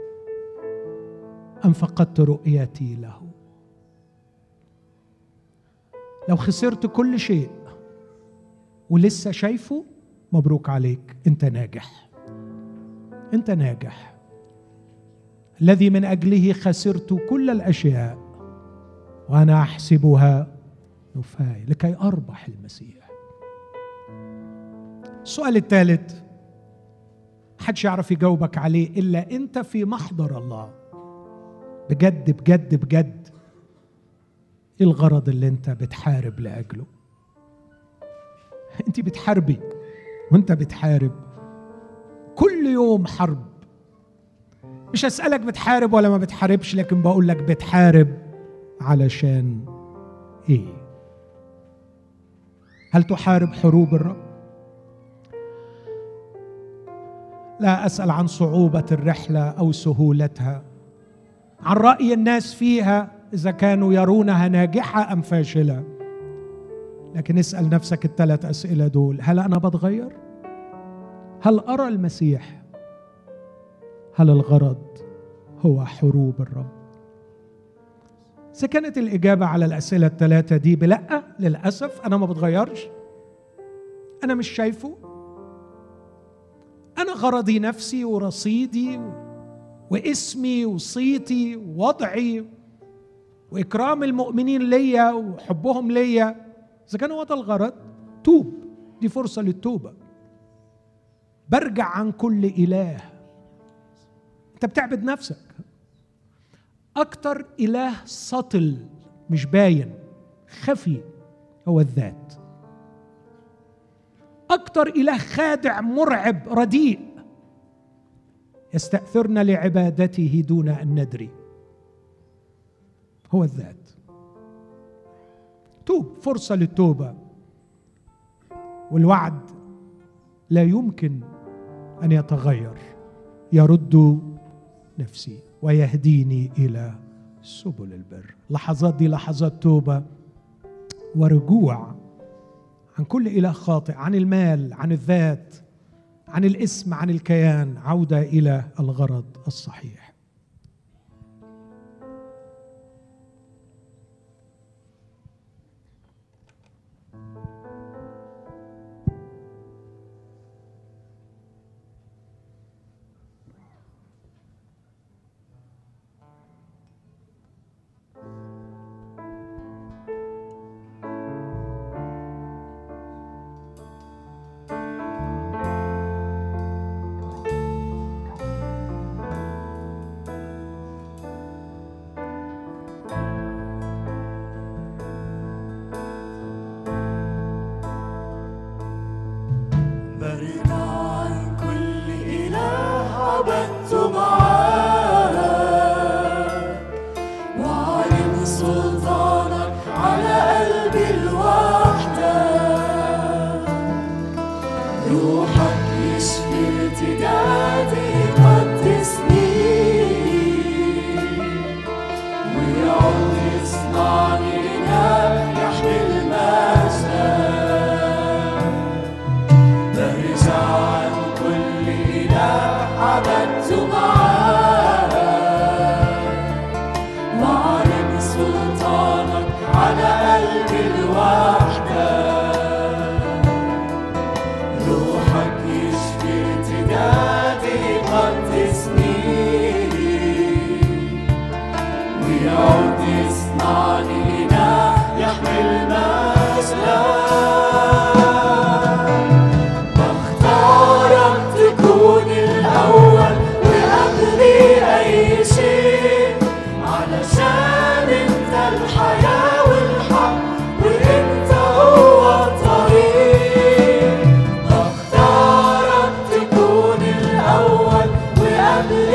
أم فقدت رؤيتي له؟ لو خسرت كل شيء ولسه شايفه، مبروك عليك، أنت ناجح، أنت ناجح. الذي من أجله خسرت كل الأشياء وأنا أحسبها نفاية لكي أربح المسيح. السؤال الثالث محدش يعرف يجاوبك عليه إلا أنت في محضر الله. بجد بجد بجد، إيه الغرض اللي أنت بتحارب لأجله؟ أنت بتحاربي وأنت بتحارب كل يوم حرب. مش أسألك بتحارب ولا ما بتحاربش، لكن بقول لك بتحارب علشان إيه؟ هل تحارب حروب الرب؟ لا أسأل عن صعوبة الرحلة أو سهولتها، عن رأي الناس فيها إذا كانوا يرونها ناجحة أم فاشلة، لكن اسأل نفسك الثلاث أسئلة دول: هل أنا بتغير؟ هل أرى المسيح؟ هل الغرض هو حروب الرب؟ إذا كانت الإجابة على الأسئلة الثلاثة دي بلأ، للأسف أنا ما بتغيرش، أنا مش شايفه، أنا غرضي نفسي ورصيدي واسمي وصيتي ووضعي وإكرام المؤمنين ليا وحبهم ليا، إذا كان هو ده الغرض، توب، دي فرصة للتوبة. برجع عن كل إله. أنت بتعبد نفسك. أكتر إله سطل مش باين خفي هو الذات. أكتر إله خادع مرعب رديء يستأثرنا لعبادته دون أن ندري هو الذات. توب، فرصة للتوبة، والوعد لا يمكن أن يتغير. يرد نفسي ويهديني إلى سبل البر. لحظات دي لحظات توبة ورجوع عن كل إله خاطئ، عن المال، عن الذات، عن الاسم، عن الكيان، عودة إلى الغرض الصحيح. قبل